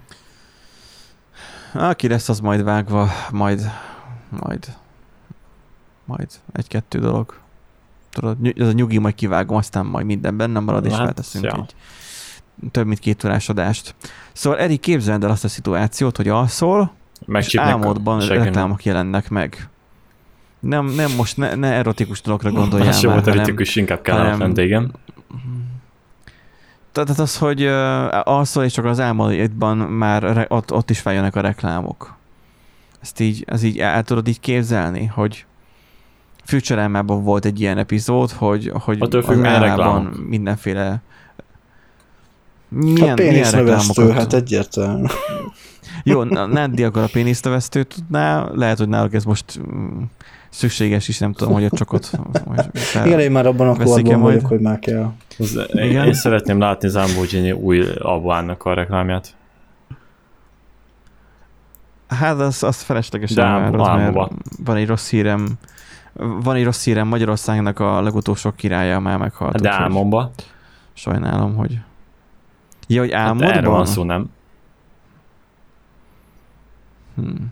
Aki lesz, az majd vágva, majd, majd, majd egy-kettő dolog. Tudod, ez a nyugi, majd kivágom, aztán majd minden benne marad, és hát, felteszünk ja. egy több mint két órás adást. Szóval Erik, képzeld el azt a szituációt, hogy alszol, és álmodban reklámok jelennek meg. Nem, nem most ne, ne erotikus dologra gondoljál már, hanem... erotikus, inkább kellemetlen, de igen. Tehát az, hogy uh, alszol, és csak az álmodban már re, ott, ott is feljönnek a reklámok. Ezt így, ez így el tudod így képzelni, hogy Futurama-ban volt egy ilyen epizód, hogy, hogy az álmában mindenféle milyen, a pénisztövesztő, hát egyértelmű. Jó, Nandi akkor a pénisztövesztőt tudná, lehet, hogy náluk ez most szükséges is, nem tudom, hogy a csokot... Igen, én már abban a korban vagyok, hogy már kell. Az, én, én szeretném látni Zambogini új albának a reklámját. Hát az, az feleslegesen már, az, mert van egy rossz hírem, van egy rossz hírem, Magyarországnak a legutolsó királya már meghalt. De álmomba. Sajnálom, hogy... Ja, hogy álmodban? Hát erről van szó, nem? Hmm.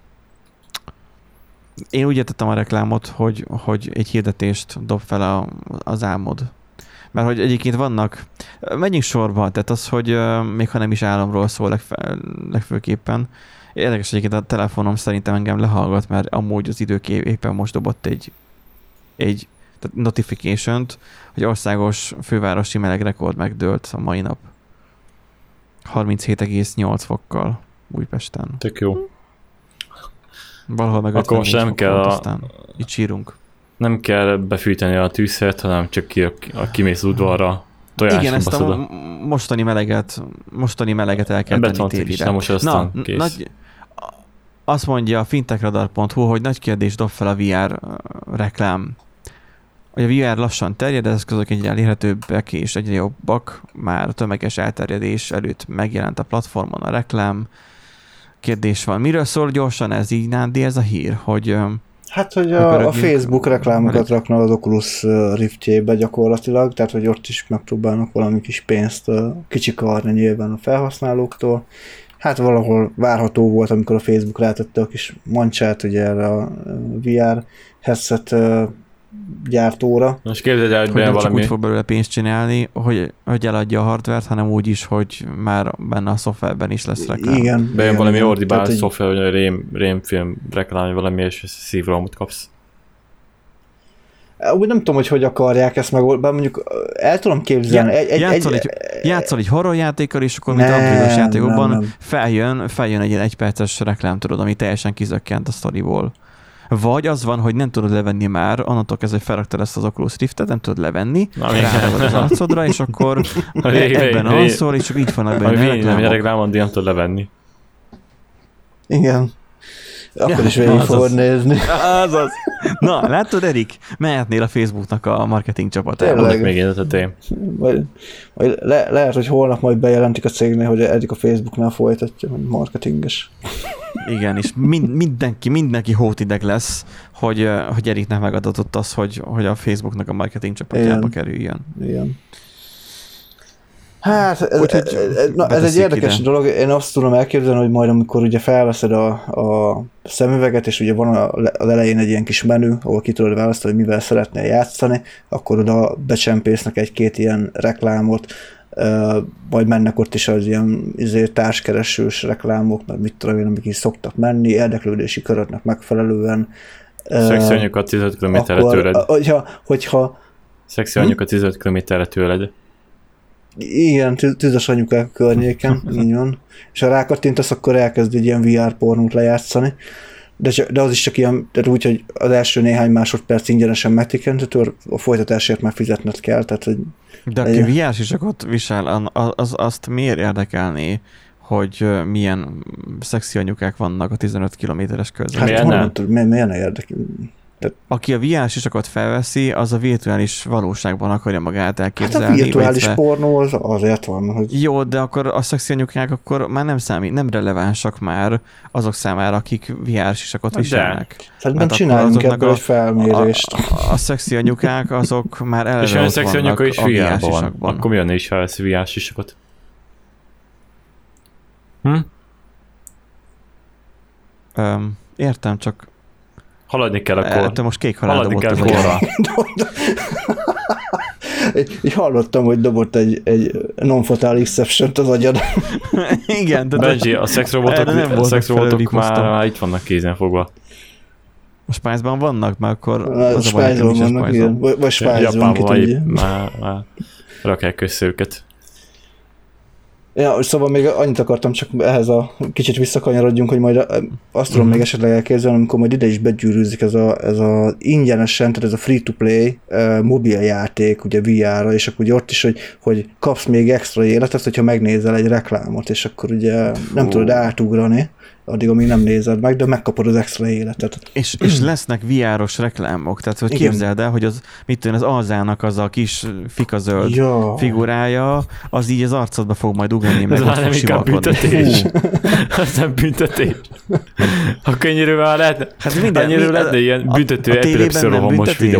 Én úgy értettem a reklámot, hogy, hogy egy hirdetést dob fel a, az álmod. Mert hogy egyébként vannak, menjünk sorba, tehát az, hogy uh, még ha nem is álomról szól legfe, legfőképpen. Érdekes egyébként a telefonom szerintem engem lehallgat, mert amúgy az időkép éppen most dobott egy, egy tehát notification-t, hogy országos fővárosi melegrekord megdőlt a mai nap. harminchét egész nyolc fokkal Újpesten. Tök jó. Valahol meg akkor most nem kell volt, a... aztán itt sírunk. Nem kell befűteni a tűzszert, hanem csak ki, a, a kimész udvarra, tojáson igen, ezt baszod. a mostani meleget, mostani meleget el kell tenni télire. Na most aztán Na, kész. Nagy, azt mondja a fintechradar pont hu, hogy nagy kérdés dob fel a vé er reklám. Hogy a vé er lassan terjed, az eszközök egyre elérhetőbbek és egyre jobbak. Már a tömeges elterjedés előtt megjelent a platformon a reklám. Kérdés van, miről szól gyorsan ez így, Nándi, ez a hír, hogy... Hát, hogy a, a Facebook reklámokat raknak az Oculus Riftjébe gyakorlatilag, tehát, hogy ott is megpróbálnak valami kis pénzt kicsikarni nyilván a felhasználóktól. Hát valahol várható volt, amikor a Facebook rátette a kis mancsát ugye erre a vé er headset gyártóra. Most képzeld el, hogy, hogy nem valami... csak úgy fog belőle pénzt csinálni, hogy, hogy eladja a hardvert, hanem úgy is, hogy már benne a szoftverben is lesz reklám. Igen. Bejön valami ordibál egy... szoftver, hogy rém, rémfilm reklám, valami, és szívrohamot kapsz. Úgy nem tudom, hogy hogy akarják ezt megoldani, mondjuk el tudom képzelni. Ja, egy, egy, játszol, egy, egy, játszol egy horrorjátékkal, és akkor mint androidos játékokban nem, nem. feljön, feljön egy ilyen egyperces reklám, tudod, ami teljesen kizökkent a sztoriból. Vagy az van, hogy nem tudod levenni már, onnantól kezdve, hogy felraktad ezt az Oculus Riftet, nem tudod levenni, ráragad az arcodra, és akkor ebben alszol, és csak így vannak benne a reklámok. A reklámon, de nem tudod levenni. Igen. Akkor is végig fogod nézni. Azaz. Na, látod, Erik? Mehetnél a Facebooknak a marketing csapatába. Tényleg. Még én tettem. Vagy, vagy le, lehet, hogy holnap majd bejelentik a cégnél, hogy Erik a Facebooknál folytatja, hogy marketinges. Igen, és mind, mindenki, mindenki hótideg lesz, hogy, hogy Eriknek megadatott az, hogy, hogy a Facebooknak a marketing csapatjába kerüljön. Igen. Hát, ez, Úgyhogy na, ez egy érdekes ide. dolog. Én azt tudom elképzelni, hogy majd amikor ugye felveszed a, a szemüveget, és ugye van az elején egy ilyen kis menü, ahol ki tudod választani, hogy mivel szeretnél játszani, akkor oda becsempésznek egy-két ilyen reklámot, uh, majd mennek ott is az ilyen izé, társkeresős reklámok, mert mit tudom én, amik is szoktak menni, érdeklődési köröknek megfelelően. Szexi anyukat tizenöt kilométerre tőled. Hogyha, hogyha Szexi anyukat tizenöt kilométerre tőled. Igen, tüzes anyukák környéken, így van. És ha rákattintasz, akkor elkezd egy ilyen vé er pornót lejátszani. De, csak, de az is csak ilyen, tehát úgy, hogy az első néhány másodperc ingyenesen megtikenthető, a folytatásért már fizetned kell. Tehát, hogy de aki vé er sisakot visel, az, azt miért érdekelné, hogy milyen szexi anyukák vannak a tizenöt kilométeres körzetben? Hát milyen, milyen érdekel? Tehát... Aki a vé er sisakot felveszi, az a virtuális valóságban akarja magát elképzelni. Hát a virtuális vagy... pornó az azért van, hogy... Jó, de akkor a szexi anyukák akkor már nem számít, nem relevánsak már azok számára, akik vé er sisakot viselnek. Szerintem csináljunk ebből egy felmérést. A, a, a szexi anyukák azok már eleve és olyan szexi anyuka is vé er van. van. Akkor mi jönne is felveszi vé er sisakot? Hm? Um, értem, csak haladni kell akkor. Te most kék halál haladni kell korra. Így hallottam, hogy dobott egy, egy non-fatal exception-t az agyad. Igen, de... Benji, a szexrobotok, a szexrobotok már, már itt vannak kézen fogva. A Spice-ban vannak, mert akkor... A Spice-ban vannak, igen. Vagy Spice-ban, ki tudja. Már, már rakják össze őket. Ja, szóval még annyit akartam, csak ehhez a kicsit visszakanyarodjunk, hogy majd azt tudom mm. még esetleg elképzelni, amikor majd ide is begyűrűzik ez a, ez a ingyenesen, tehát ez a free-to-play uh, mobiljáték ugye vé er-ra, és akkor ugye ott is, hogy, hogy kapsz még extra életet, hogyha megnézel egy reklámot, és akkor ugye nem tudod átugrani, addig, amíg nem nézed meg, de megkapod az extra életet. És, és lesznek vé er-os reklámok, tehát hogy képzeld el, hogy az, mit tudom, az Alzának az a kis fikazöld ja. figurája, az így az arcodba fog majd ugrani, meg ott fog sivalkodni. Az nem büntetés. Akkor ennyire már lehetne, hát minden, ennyire lehetne ilyen büntető epilepszioromos videó.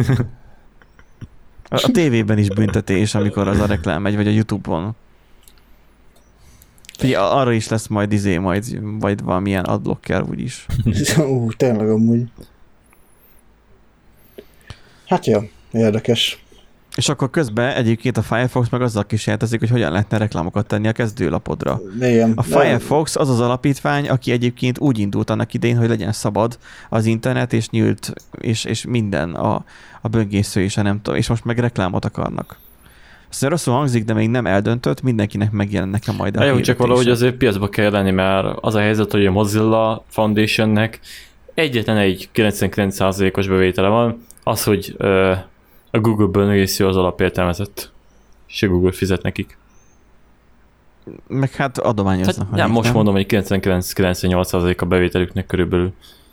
A, a tévében is büntetés, amikor az a reklám megy, vagy a YouTube-on. Figyelj, arra is lesz majd izé, majd, majd valamilyen adblocker úgyis. Ú, tényleg amúgy. Hát jó, érdekes. És akkor közben egyébként a Firefox meg azzal kísérletezik, hogy hogyan lehetne reklámokat tenni a kezdőlapodra. Igen. A Firefox az az alapítvány, aki egyébként úgy indult annak idején, hogy legyen szabad az internet, és nyílt, és, és minden a, a böngésző, és, nem tudom, és most meg reklámot akarnak. Szóval rosszul hangzik, de még nem eldöntött, mindenkinek megjelennek a majd a jó, csak valahogy azért piacba kell lenni, mert az a helyzet, hogy a Mozilla Foundationnek egyetlen egy kilencvenkilenc százalékos bevétele van, az, hogy ö, a Google-ből egészül az alapértelmezett, és a Google fizet nekik. Meg hát adományoznak. Hát, nem, most nem? mondom, hogy kilencvenkilenc-kilencvennyolc százalék a bevételüknek körülbelül.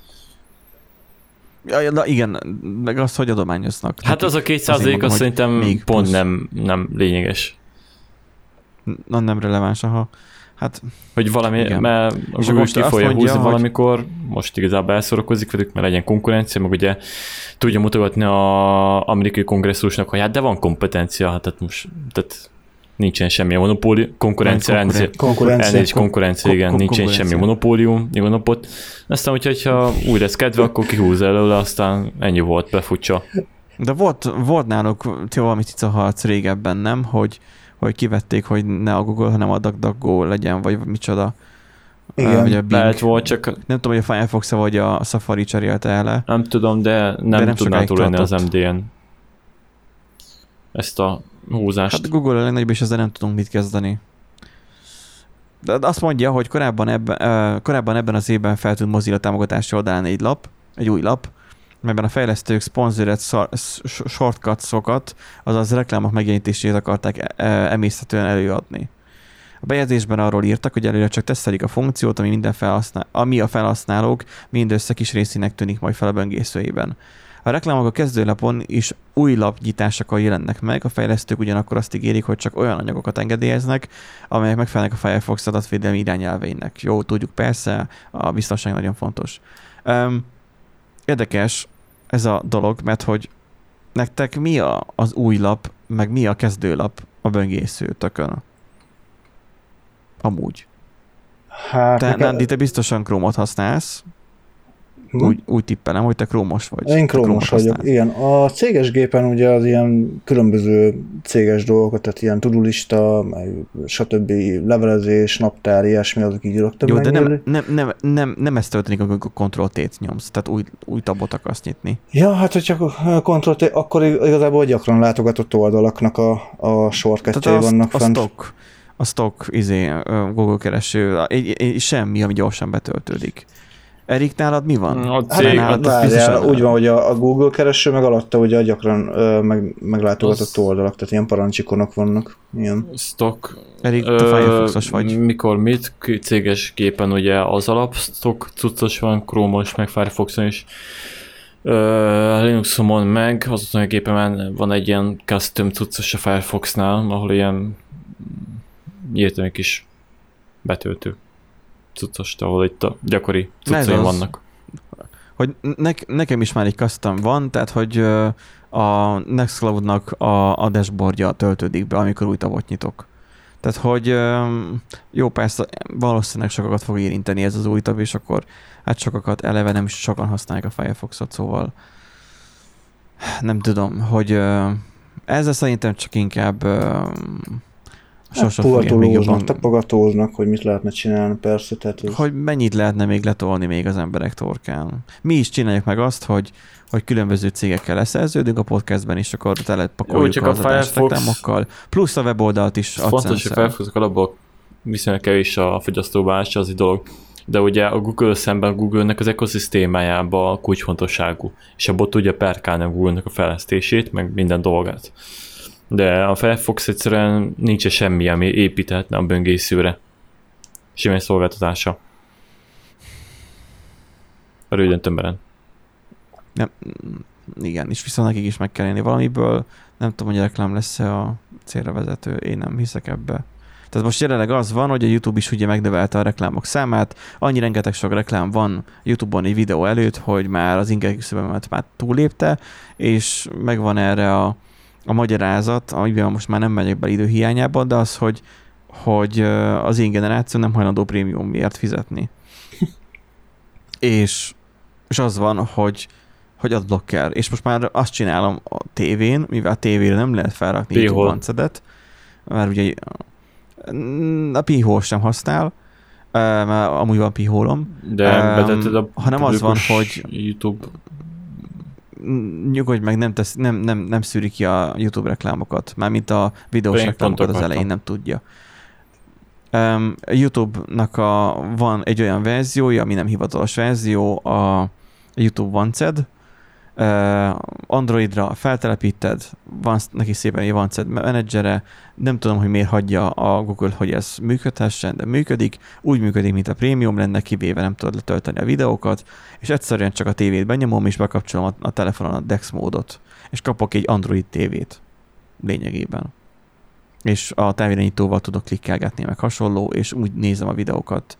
Ja, na igen, meg azt, hogy adományoznak. Hát nekik. Az a két százalék azt szerintem pont nem, nem lényeges. Na, nem releváns, aha. Hát, hogy valami, igen. Mert a Google ki fogja húzni hogy... valamikor, most igazából elszórakozik velük, mert legyen konkurencia, meg ugye tudja mutogatni az amerikai kongresszusnak, hogy hát de van kompetencia, hát tehát most tehát nincsen semmi monopólium, konkurencia, elnézést, konkurencia, konkurencia, igen, nincsen semmi monopólium, monopót. Aztán, hogyha úgy lesz kedve, akkor kihúz előle, aztán ennyi volt, befutsa. De volt, volt náluk valami cica harc régebben, nem? Hogy hogy kivették, hogy ne a Google, hanem a DuckDuckGo legyen, vagy micsoda. Igen, vagy a Bing. Lehet volt, csak... Nem tudom, hogy a Firefox vagy a Safari cserélte el. Nem tudom, de nem, de nem tudná túlélni az em dé en ezt a húzást. Hát Google a legnagyobb, és ezzel nem tudunk mit kezdeni. De azt mondja, hogy korábban ebben, korábban ebben az évben feltűnt Mozilla támogatási oldalán egy lap, egy új lap, melyben a fejlesztők sponsored shortcuts-okat, azaz reklámok megjelenítését akarták emészhetően előadni. A bejegyzésben arról írtak, hogy előre csak tesztelik a funkciót, ami, minden felhasznál, ami a felhasználók mindössze kis részének tűnik majd fel a böngészőjében. A reklámok a kezdőlapon is új lapnyitásokkal jelennek meg, a fejlesztők ugyanakkor azt ígérik, hogy csak olyan anyagokat engedélyeznek, amelyek megfelelnek a Firefox adatvédelmi irányelveinek. Jó, tudjuk persze, a biztonság nagyon fontos. Um, érdekes ez a dolog, mert hogy nektek mi a, az új lap, meg mi a kezdőlap a böngészőtökön? Amúgy. Hát, te, nekem... Nandi, te biztosan Chrome-ot használsz. Hm? Úgy, úgy tippelem, hogy te Chrome-os vagy. Én Chrome-os vagyok, igen. A céges gépen ugye az ilyen különböző céges dolgokat, tehát ilyen tudulista, stb. Levelezés, naptár, ilyesmi, azok így raktam. Jó, de nem, nem, nem, nem, nem ezt történik, amikor Ctrl-T-t nyomsz, tehát új, új tabot akarsz nyitni. Ja, hát hogyha Ctrl-T, akkor igazából gyakran látogatott oldalaknak a, a shortcutjai vannak a fent. Stock, a stock izé, Google kereső, semmi, ami gyorsan betöltődik. Erik, nálad mi van? A cég, hát várjál, úgy van, hogy a, a Google kereső, meg alatta ugye gyakran ö, meg, meglátogatott oldalak, tehát ilyen parancsikonok vannak. Ilyen. Stock. Erik, te Firefoxos vagy. Mikor mit? Céges gépen ugye az alap stock cuccos van, Chrome-os, meg Firefoxon is. Ö, Linuxomon meg, azután a gépemen van egy ilyen custom cuccos a Firefoxnál, ahol ilyen írtam egy kis betöltő cuccos, ahol itt a gyakori cuccaim vannak. Hogy ne, nekem is már egy custom van, tehát hogy a Nextcloud-nak a, a dashboardja töltődik be, amikor új tabot nyitok. Tehát, hogy jó, persze valószínűleg sokakat fog érinteni ez az új tab, és akkor hát sokakat eleve nem is sokan használják a Firefoxot, szóval nem tudom, hogy ezzel szerintem csak inkább hát pugatolóznak, tapogatóznak, hogy mit lehetne csinálni, persze. Tehát ez... Hogy mennyit lehetne még letolni még az emberek torkán. Mi is csináljuk meg azt, hogy, hogy különböző cégekkel leszerződünk a podcastben, és akkor telepakoljuk az adást reklámokkal, plusz a weboldalt is adsz. Fontos, hogy Firefox alapból viszonylag kevés a fogyasztóbázsa, az egy dolog. De ugye a Google szemben a Google-nek az ekoszisztémájában kulcsfontosságú, és abból tudja perkálni a Google-nek a fejlesztését, meg minden dolgát. De a Firefox egyszerűen nincs semmi, ami építhetne a böngészőre. Semmilyen szolgáltatása. A röviden tömbben. Ja, igen, és viszont nekik is meg kell élni valamiből. Nem tudom, hogy a reklám lesz-e a célra vezető. Én nem hiszek ebbe. Tehát most jelenleg az van, hogy a YouTube is ugye megnövelte a reklámok számát. Annyi rengeteg sok reklám van YouTube-on egy videó előtt, hogy már az inger küszöbömet már túllépte, és megvan erre a a magyarázat, amiben most már nem megyek be idő hiányában, de az, hogy, hogy az én generáció nem hajlandó prémiumért fizetni. és, és az van, hogy, hogy adblocker. És most már azt csinálom a tévén, mivel a tévére nem lehet felrakni YouTube Wanted-et, mert ugye a P-hole sem használ, mert amúgy van P-hole-om. De betetted a hanem az van, hogy YouTube... Nyugodj meg, nem, tesz, nem, nem, nem szűri ki a YouTube reklámokat. Mármint a videós Én reklámokat az elején nem tudja. Um, a YouTube-nak a, van egy olyan verziója, ami nem hivatalos verzió, a YouTube Wanted. Uh, Androidra feltelepíted, van neki szépen egy Wanted menedzsere, nem tudom, hogy miért hagyja a Google, hogy ez működhessen, de működik, úgy működik, mint a Premium lenne, kivéve nem tudod letölteni a videókat, és egyszerűen csak a tévét benyomom, és bekapcsolom a, a telefonon a DeX módot, és kapok egy Android tévét lényegében. És a távirányítóval tudok klikkelgetni, meg hasonló, és úgy nézem a videókat.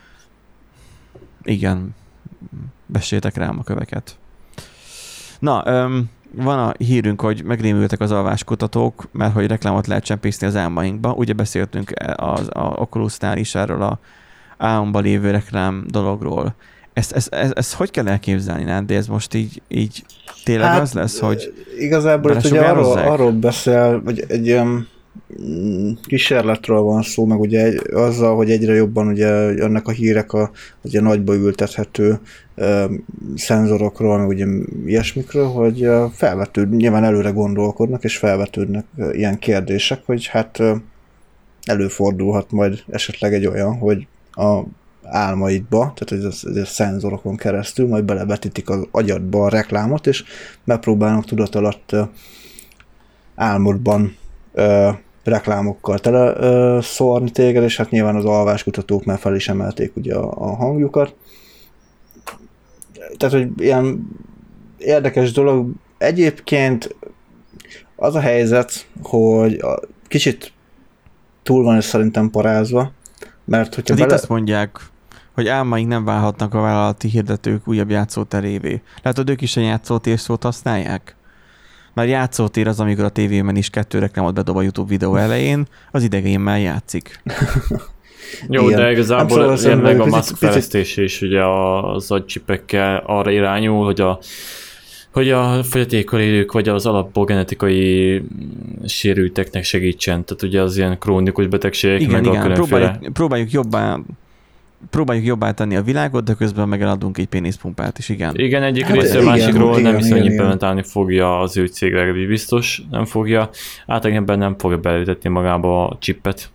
Igen, beséltek rám a köveket. Na, öm, van a hírünk, hogy megrémültek az alváskutatók, mert hogy reklámot lehet csempészni az álmainkba. Ugye beszéltünk az a Oculusnál is erről a álomba lévő reklám dologról. Ezt, ezt, ezt, ezt hogy kell elképzelni, Nándi? Ez most így, így tényleg hát, az lesz, hogy igazából itt ugye arról, arról beszél, hogy egy ilyen kísérletről van szó, meg ugye egy, azzal, hogy egyre jobban ugye ennek a hírek a ugye nagyba ültethető uh, szenzorokról, meg ugye ilyesmikről, hogy uh, felvetőd, nyilván előre gondolkodnak, és felvetődnek uh, ilyen kérdések, hogy hát uh, előfordulhat majd esetleg egy olyan, hogy a álmaidba, tehát ez a, a szenzorokon keresztül majd belevetítik az agyadba a reklámot, és megpróbálnak tudat alatt uh, álmodban uh, reklámokkal tele uh, szórni téged, és hát nyilván az alváskutatók már fel is emelték ugye a, a hangjukat. Tehát, hogy ilyen érdekes dolog. Egyébként az a helyzet, hogy a, kicsit túl van ez szerintem parázva, mert hogyha bele... Itt azt mondják, hogy álmaink nem válhatnak a vállalati hirdetők újabb játszóterévé. Látod, ők is a játszótér szót használják? Már játszótér az, amikor a tévében is kettő reklámot bedob a YouTube videó elején, az idegémmel játszik. Jó, igen. De igazából jelenleg a Musk fejlesztés is ugye az agycsipekkel arra irányul, hogy a, hogy a fogyatékkal élők vagy az alapból genetikai sérülteknek segítsen. Tehát ugye az ilyen krónikus betegségek, igen, meg igen. a különféle... Próbáljuk, próbáljuk jobbá próbáljuk jobbá tenni a világot, de közben megeladunk egy péniszpumpát is, igen. Igen, egyik hát részről, másikról nem hiszem, hogy implementálni fogja az ő cég, legalábbis biztos nem fogja. Általában nem fogja belültetni magába a chipet.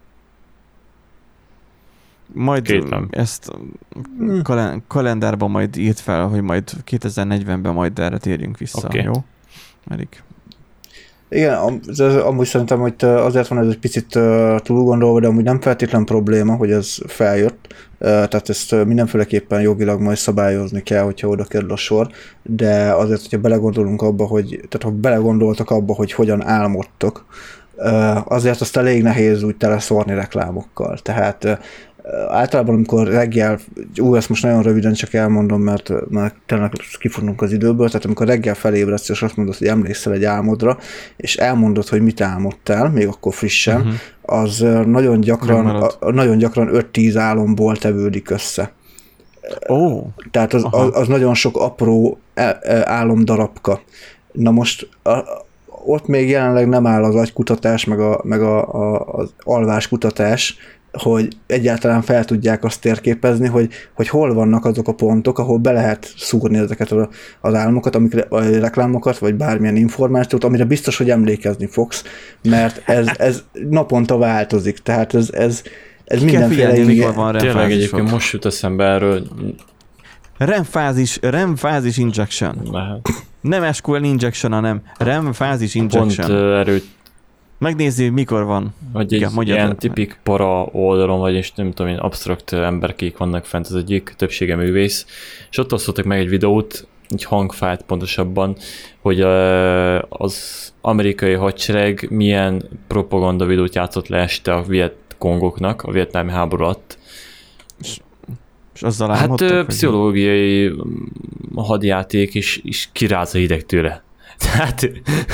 Majd Kétlem. ezt kalen- kalendárban majd írt fel, hogy majd kétezer-negyvenben majd erre térjünk vissza, okay. Jó? Erik. Igen, amúgy szerintem, hogy azért van ez egy picit túl gondolva, de amúgy nem feltétlen probléma, hogy ez feljött, tehát ezt mindenféleképpen jogilag majd szabályozni kell, hogyha oda kerül a sor, de azért, hogyha belegondolunk abba, hogy, tehát ha belegondoltak abba, hogy hogyan álmodtok, azért azt elég nehéz úgy teleszórni reklámokkal, tehát általában, amikor reggel, ú, ezt most nagyon röviden csak elmondom, mert, mert tényleg kifutunk az időből, tehát amikor reggel felébredsz, és azt mondod, hogy emlékszel egy álmodra, és elmondod, hogy mit álmodtál, még akkor frissen, uh-huh. az nagyon gyakran, a, nagyon gyakran öt-tíz álomból tevődik össze. Oh. Tehát az, az, az nagyon sok apró álomdarabka. Na most a, ott még jelenleg nem áll az agykutatás, meg, a, meg a, a, az alváskutatás, hogy egyáltalán fel tudják azt térképezni, hogy, hogy hol vannak azok a pontok, ahol be lehet szúrni ezeket az álmokat, amikre, a reklámokat, vagy bármilyen információt, amire biztos, hogy emlékezni fogsz, mert ez, ez naponta változik, tehát ez, ez, ez mindenféle... Mikor van tényleg egyébként most jut eszembe erről. REM-fázis, REM-fázis injection. Lehet. Nem es kú el injection, hanem REM-fázis injection. Pont uh, erőt megnézni, hogy mikor van. Vagy egy igen, ilyen tipik para oldalon, vagy és nem tudom én, absztrakt emberkék vannak fent, az egyik, többsége művész, és ott osztottak meg egy videót, egy hangfájlt pontosabban, hogy az amerikai hadsereg milyen propaganda videót játszott le este a vietkongoknak, a vietnámi háború alatt. És, és azzal hát pszichológiai hadjáték, és, és kiráz a hideg tőle. Tehát,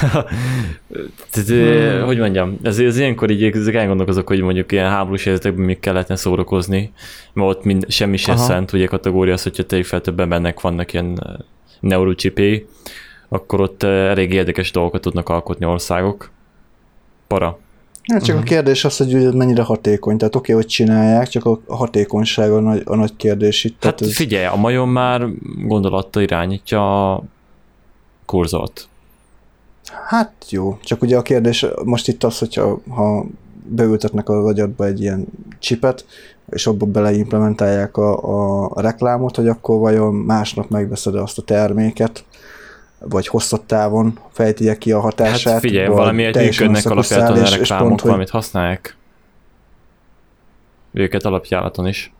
tehát hogy mondjam, ez, ez ilyenkor így elgondolkozok, hogy mondjuk ilyen háborús helyzetekben még kellettne szórakozni, mert ott mind, semmi sem szent, ugye kategória az, hogyha tegyük fel többen bennek vannak ilyen neurocsipéi, akkor ott elég érdekes dolgokat tudnak alkotni országok. Para. Hát csak uh-huh. a kérdés az, hogy ez mennyire hatékony. Tehát oké, okay, hogy csinálják, csak a hatékonyság a nagy, a nagy kérdés itt. Hát ez... figyelj, a majom már gondolatta irányítja a kurzort. Hát jó, csak ugye a kérdés most itt az, hogyha ha beültetnek az agyadba egy ilyen chipet, és abba beleimplementálják a, a reklámot, hogy akkor vajon másnap megveszed azt a terméket, vagy hosszabb távon fejtje ki a hatását. Hát figyelj, valamiért működnek alapjáton a reklámok, pont, valamit hogy... használják. Őket alapjáraton is.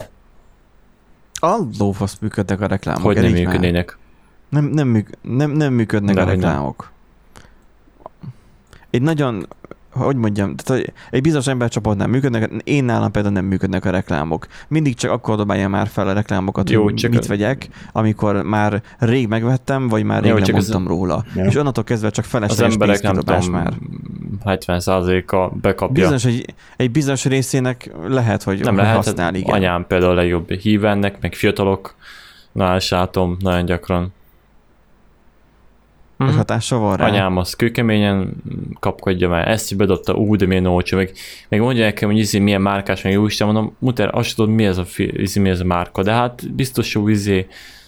A lófasz működnek a reklámok. Hogy nem működnének? Nem, nem, műk, nem, nem működnek De a reklámok. Nem. Egy nagyon, hogy mondjam, tehát egy bizonyos embercsoportnál működnek, én nálam például nem működnek a reklámok. Mindig csak akkor dobálja már fel a reklámokat, Jó, hogy mit a... vegyek, amikor már rég megvettem, vagy már rég Jó, lemondtam ez... róla. Jó. És onnantól kezdve csak felesleges pénzkidobás már. hetven százaléka bekapja. Bizonyos, egy, egy bizonyos részének lehet, hogy nem hogy lehet, használ, igen. Anyám például legjobb hívennek, meg fiatalok, na sátom nagyon gyakran. Hmm. hatása van rá. Anyám az kőkeményen kapkodja már, ezt is bedobta, ú, de milyen olcsó, meg, meg mondja nekem, hogy izé milyen márkás, meg jó Isten, mondom, muter, azt tudod, mi ez a, izé, mi ez a márka, de hát biztos jó izé,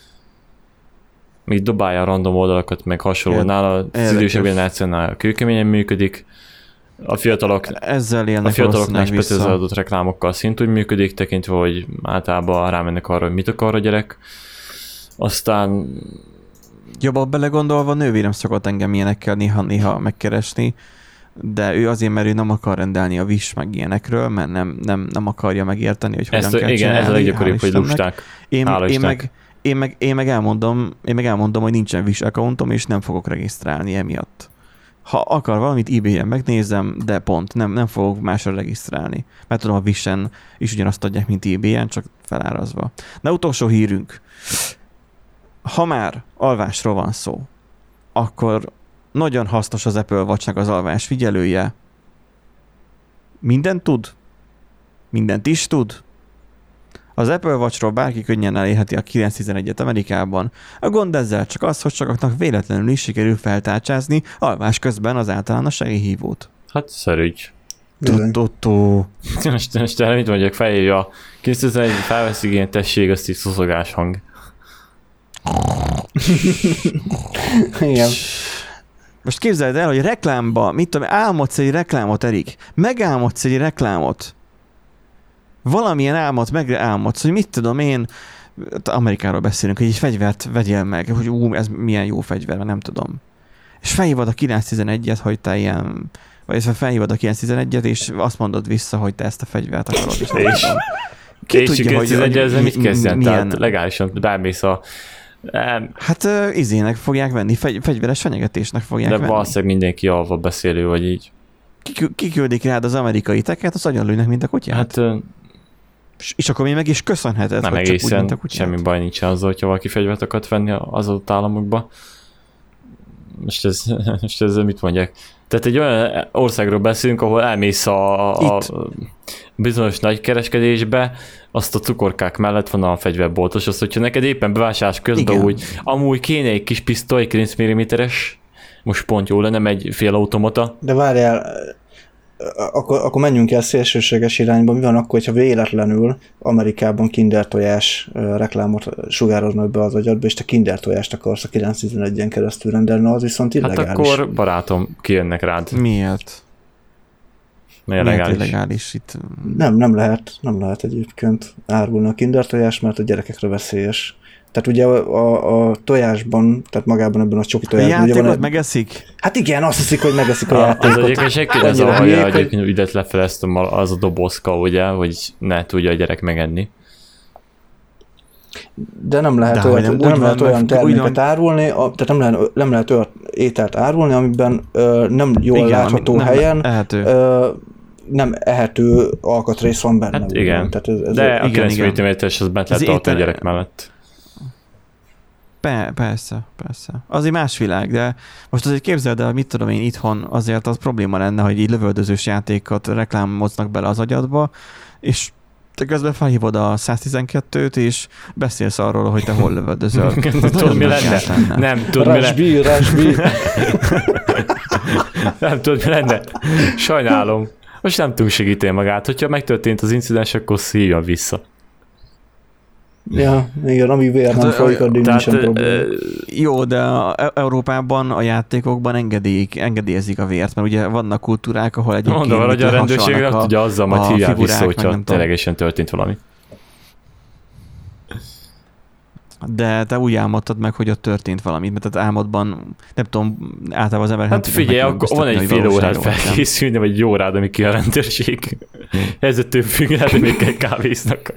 még dobálja a random oldalakat, meg hasonló, nála az idősebb generációnál kőkeményen működik, a fiatalok, ezzel élnek a fiataloknál specializálódott reklámokkal szintúgy működik, tekintve, hogy általában rámennek arra, hogy mit akar a gyerek, aztán jobban belegondolva, nővérem szokott engem ilyenekkel néha-néha megkeresni, de ő azért, mert ő nem akar rendelni a Wish meg ilyenekről, mert nem, nem, nem akarja megérteni, hogy hogyan Ezt, kell igen, csinálni. ez a leggyakoribb, hogy lusták. Én, én, meg, én, meg, én, meg elmondom, én meg elmondom, hogy nincsen Wish accountom, és nem fogok regisztrálni emiatt. Ha akar valamit, eBay-en megnézem, de pont, nem, nem fogok másra regisztrálni. Mert tudom, a Wish-en is ugyanazt adják, mint eBay-en, csak felárazva. De utolsó hírünk. Ha már alvásról van szó, akkor nagyon hasznos az Apple Watch-nak az alvás figyelője. Mindent tud? Mindent is tud? Az Apple Watchról bárki könnyen elérheti a kilenc tizenegyet Amerikában. A gond ezzel csak az, hogy sokaknak véletlenül is sikerül feltárcsázni alvás közben az általános segélyhívót. Hát szerügy. Tututú. Most, most erre mit mondjak, felírja a kilenc tizenegy felveszik ilyen tessék, azt így szoszogás hang. Igen. Most képzeld el, hogy reklámba, mit tudom, álmodsz egy reklámot, Erik. Megálmodsz egy reklámot. Valamilyen álmot megálmodsz, hogy mit tudom én, Amerikáról beszélünk, hogy egy fegyvert vegyél meg, hogy ú, ez milyen jó fegyver, nem tudom. És felhívod a kilenc tizenegyet, hogy te ilyen, vagy felhívod a kilenc tizenegyet, és azt mondod vissza, hogy te ezt a fegyvert akarod. És, és ki tudja, hogy ez ezzel mit kezdjen? Tehát legálisan bármész a Um, hát uh, izének fogják venni, fegy, fegyveres fenyegetésnek fogják de venni. De valószínűleg mindenki alva beszélő, vagy így. Kik, kiküldik rád az amerikai teket, az agyonlőnek, mint a kutyát. Hát, uh, és, és akkor még meg is köszönheted, nem hogy egészen, csak úgy, mint a kutyát. Semmi baj nincs azzal, hogyha valaki fegyvert akart venni az adott államokba. Most ez, most ez mit mondják? Tehát egy olyan országról beszélünk, ahol elmész a, a, a bizonyos nagykereskedésbe, azt a cukorkák mellett van a fegyverboltos, azt, hogyha neked éppen bevásárlás közben Igen. úgy, amúgy kéne egy kis pisztoly, kilenc milliméteres, most pont jó lenne, egy félautomata. De várjál, akkor, akkor menjünk el szélsőséges irányba. Mi van akkor, hogyha véletlenül Amerikában Kinder tojás reklámot sugároznak be az agyadba, és te Kinder tojást akarsz a kilenc tizenegyen keresztül rendelni, az viszont illegális. Hát akkor, barátom, kijönnek rád. Miért? Miért legális? legális itt? Nem, nem lehet, nem lehet egyébként árulni a Kinder tojás, mert a gyerekekre veszélyes. Tehát ugye a, a, a tojásban, tehát magában ebben a csoki tojásban... A játékot van, megeszik? Hát igen, azt hiszik, hogy megeszik a, a játékot. Ez egyébként senki ne zavarja, hogy egyébként ide lefeleztem az a dobozka, ugye, hogy ne tudja a gyerek megenni. De nem lehet, de olyat, nem, nem lehet olyan terméket árulni, a, tehát nem lehet, nem lehet olyan ételt árulni, amiben ö, nem jól igen, látható nem helyen ehető. Ö, nem ehető alkatrész van benne. Hát igen, tehát ez, ez de a kilenc milliméteres az bent lehet tartani a gyerek mellett. Pe- persze, persze. Azért más világ, de most azért képzeld el, mit tudom én itthon, azért az probléma lenne, hogy így lövöldözős játékot reklámoznak bele az agyadba, és te közben felhívod a száztizenkettőt, és beszélsz arról, hogy te hol lövöldözöl. Tudod, mi lenne? lenne? Nem, tudod, mi lenne? Rásbi, Nem tudod, mi lenne? Sajnálom. Most nem tudunk segíteni magát. Hogyha megtörtént az incidens, akkor szívja vissza. Ja, igen, amíg vér nem folyik, addig nincsen probléma. Jó, de a Európában a játékokban engedélyik, engedélyezik a vért, mert ugye vannak kultúrák, ahol egyébként mondom, hogy a rendőrségre a, ugye azzal majd hívják vissza, hogyha ténylegesen történt valami. De te úgy álmodtad meg, hogy ott történt valami, mert tehát álmodban, nem tudom, általában az ember... Hát figyelj, akkor van egy fél órát felkészülni, vagy egy órád, amíg ki a rendőrség. Ezzel függ, lehet, hogy még kell kávéznak.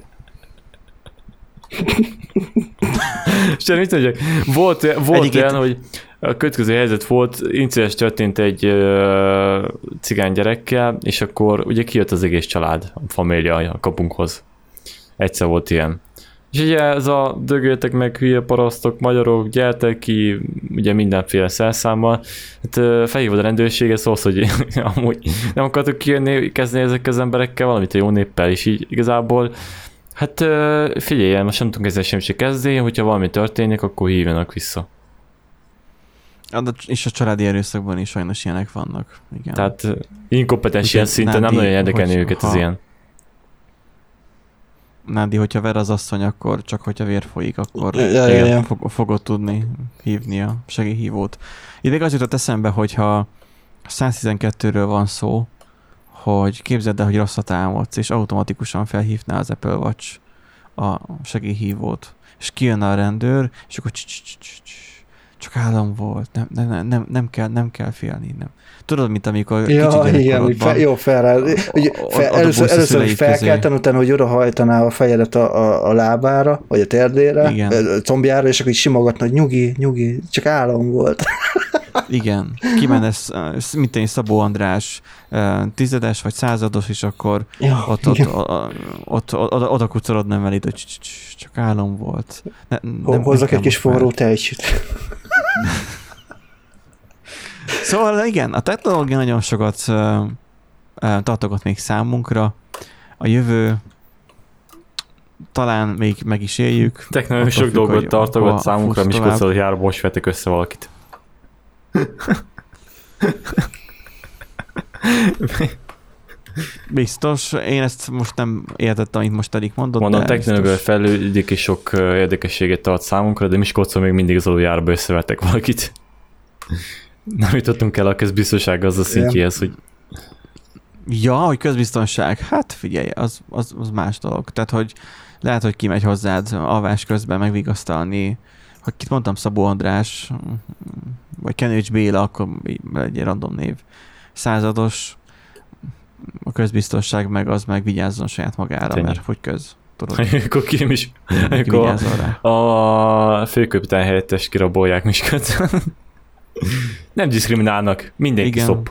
És mit mondjak, volt, volt olyan, hogy a következő helyzet volt, incidens történt egy uh, cigány gyerekkel, és akkor ugye kijött az egész család, a família a kapunkhoz. Egyszer volt ilyen. És ugye ez a dögöltek meg hülye parasztok, magyarok, gyertek ki, ugye mindenféle szerszámmal. Hát uh, felhívod a rendőrséget, szólsz, hogy amúgy nem akartok kijönni, kezdeni ezekkel az emberekkel, valamit a jó néppel is így igazából. Hát figyelj, most nem tudunk ezzel semmit kezdeni, hogyha valami történik, akkor hívjanak vissza. És a családi erőszakban is sajnos ilyenek vannak. Igen. Tehát inkompetens ilyen szinten nem nagyon érdekelni őket az ilyen. Nádi, hogyha ver az asszony, akkor csak hogyha vér folyik, akkor ja, ja, ja. Fog, fogod tudni hívni a segélyhívót. Itt az jutott eszembe, hogyha száztizenkettőről van szó, hogy képzeld el, hogy rosszat álmodsz, és automatikusan felhívná az Apple Watch a segélyhívót, és kijönne a rendőr, és akkor csak álom volt, nem, nem, nem, nem, kell, nem kell félni, nem. Tudod, mint amikor ja, kicsit igen, fel, jó, fel, ugye, fel, először, először hogy felkelten, utána, hogy odahajtaná a fejedet a, a, a lábára, vagy a térdére, a combjára, és akkor így simogatna, hogy nyugi, nyugi, csak álom volt. Igen, kimenne, mint én Szabó András tizedes vagy százados, és akkor ja, ott, ott, ott, ott, ott oda kucorodnám veled, hogy csak álom volt. Ne, nem, hozzak egy kis forró tejcsüt. Szóval igen, a technológia nagyon sokat tartogat még számunkra. A jövő talán még meg is éljük. Technológia sok függ, dolgot tartogat számunkra, Miskolcról járva most vettek össze valakit. Biztos, én ezt most nem értettem, amit most eddig mondott. Mondom, technológia fejlődik és sok érdekességet tart számunkra, de Miskolcon még mindig az aluljárba összevettek valakit. Nem jutottunk el a közbiztonság az a szintjéhez, hogy... Ja, hogy közbiztonság. Hát figyelj, az, az, az más dolog. Tehát, hogy lehet, hogy kimegy hozzád alvás közben megvigasztalni, ha kit mondtam, Szabó András, vagy Kenőcs Béla, akkor egy random név. Százados, a közbiztonság meg az meg vigyázzon saját magára, Tényi. Mert hogy köz. Tudod? Akkor ki is, akkor a főköpitány helyettes kirabolják Miskolcon. Nem diszkriminálnak, mindenki szop.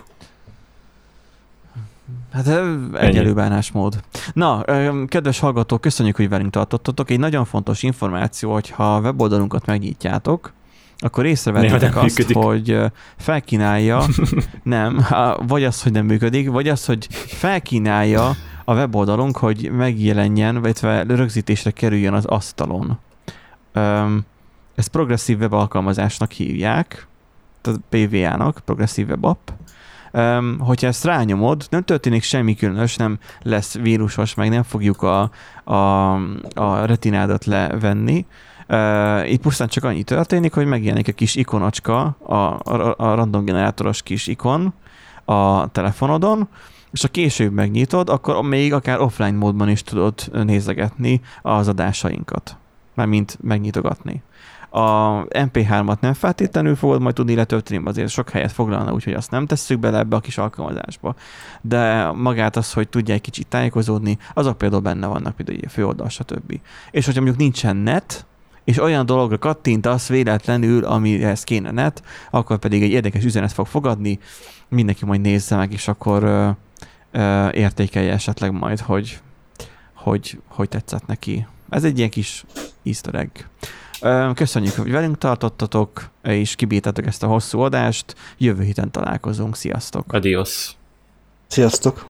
Hát egyelő bánásmód. Na, kedves hallgatók, köszönjük, hogy velünk tartottatok. Egy nagyon fontos információ, hogy ha a weboldalunkat megnyitjátok, akkor észrevettek azt, működik. Hogy felkínálja, nem, vagy az, hogy nem működik, vagy az, hogy felkínálja a weboldalunk, hogy megjelenjen, vagy rögzítésre kerüljön az asztalon. Ezt progresszív web alkalmazásnak hívják, tehát pé vé á-nak, progresszív web app. Um, hogyha ezt rányomod, nem történik semmi különös, nem lesz vírusos, meg nem fogjuk a, a, a retinádat levenni. Uh, itt pusztán csak annyi történik, hogy megjelenik egy kis ikonocska, a, a, a random generátoros kis ikon a telefonodon, és ha később megnyitod, akkor még akár offline módban is tudod nézegetni az adásainkat. Mármint megnyitogatni. A em pé hármat nem feltétlenül fogod majd tudni letölteni, azért sok helyet foglalna, úgyhogy azt nem tesszük bele ebbe a kis alkalmazásba. De magát az, hogy tudja egy kicsit tájékozódni, azok például benne vannak, például a főoldal, stb. És hogyha mondjuk nincsen net, és olyan dologra kattintasz véletlenül, amihez kéne net, akkor pedig egy érdekes üzenet fog fogadni, mindenki majd nézze meg, és akkor ö, ö, értékelje esetleg majd, hogy, hogy, hogy tetszett neki. Ez egy ilyen kis easter egg. Köszönjük, hogy velünk tartottatok, és kibírtatok ezt a hosszú adást. Jövő héten találkozunk. Sziasztok! Adios! Sziasztok!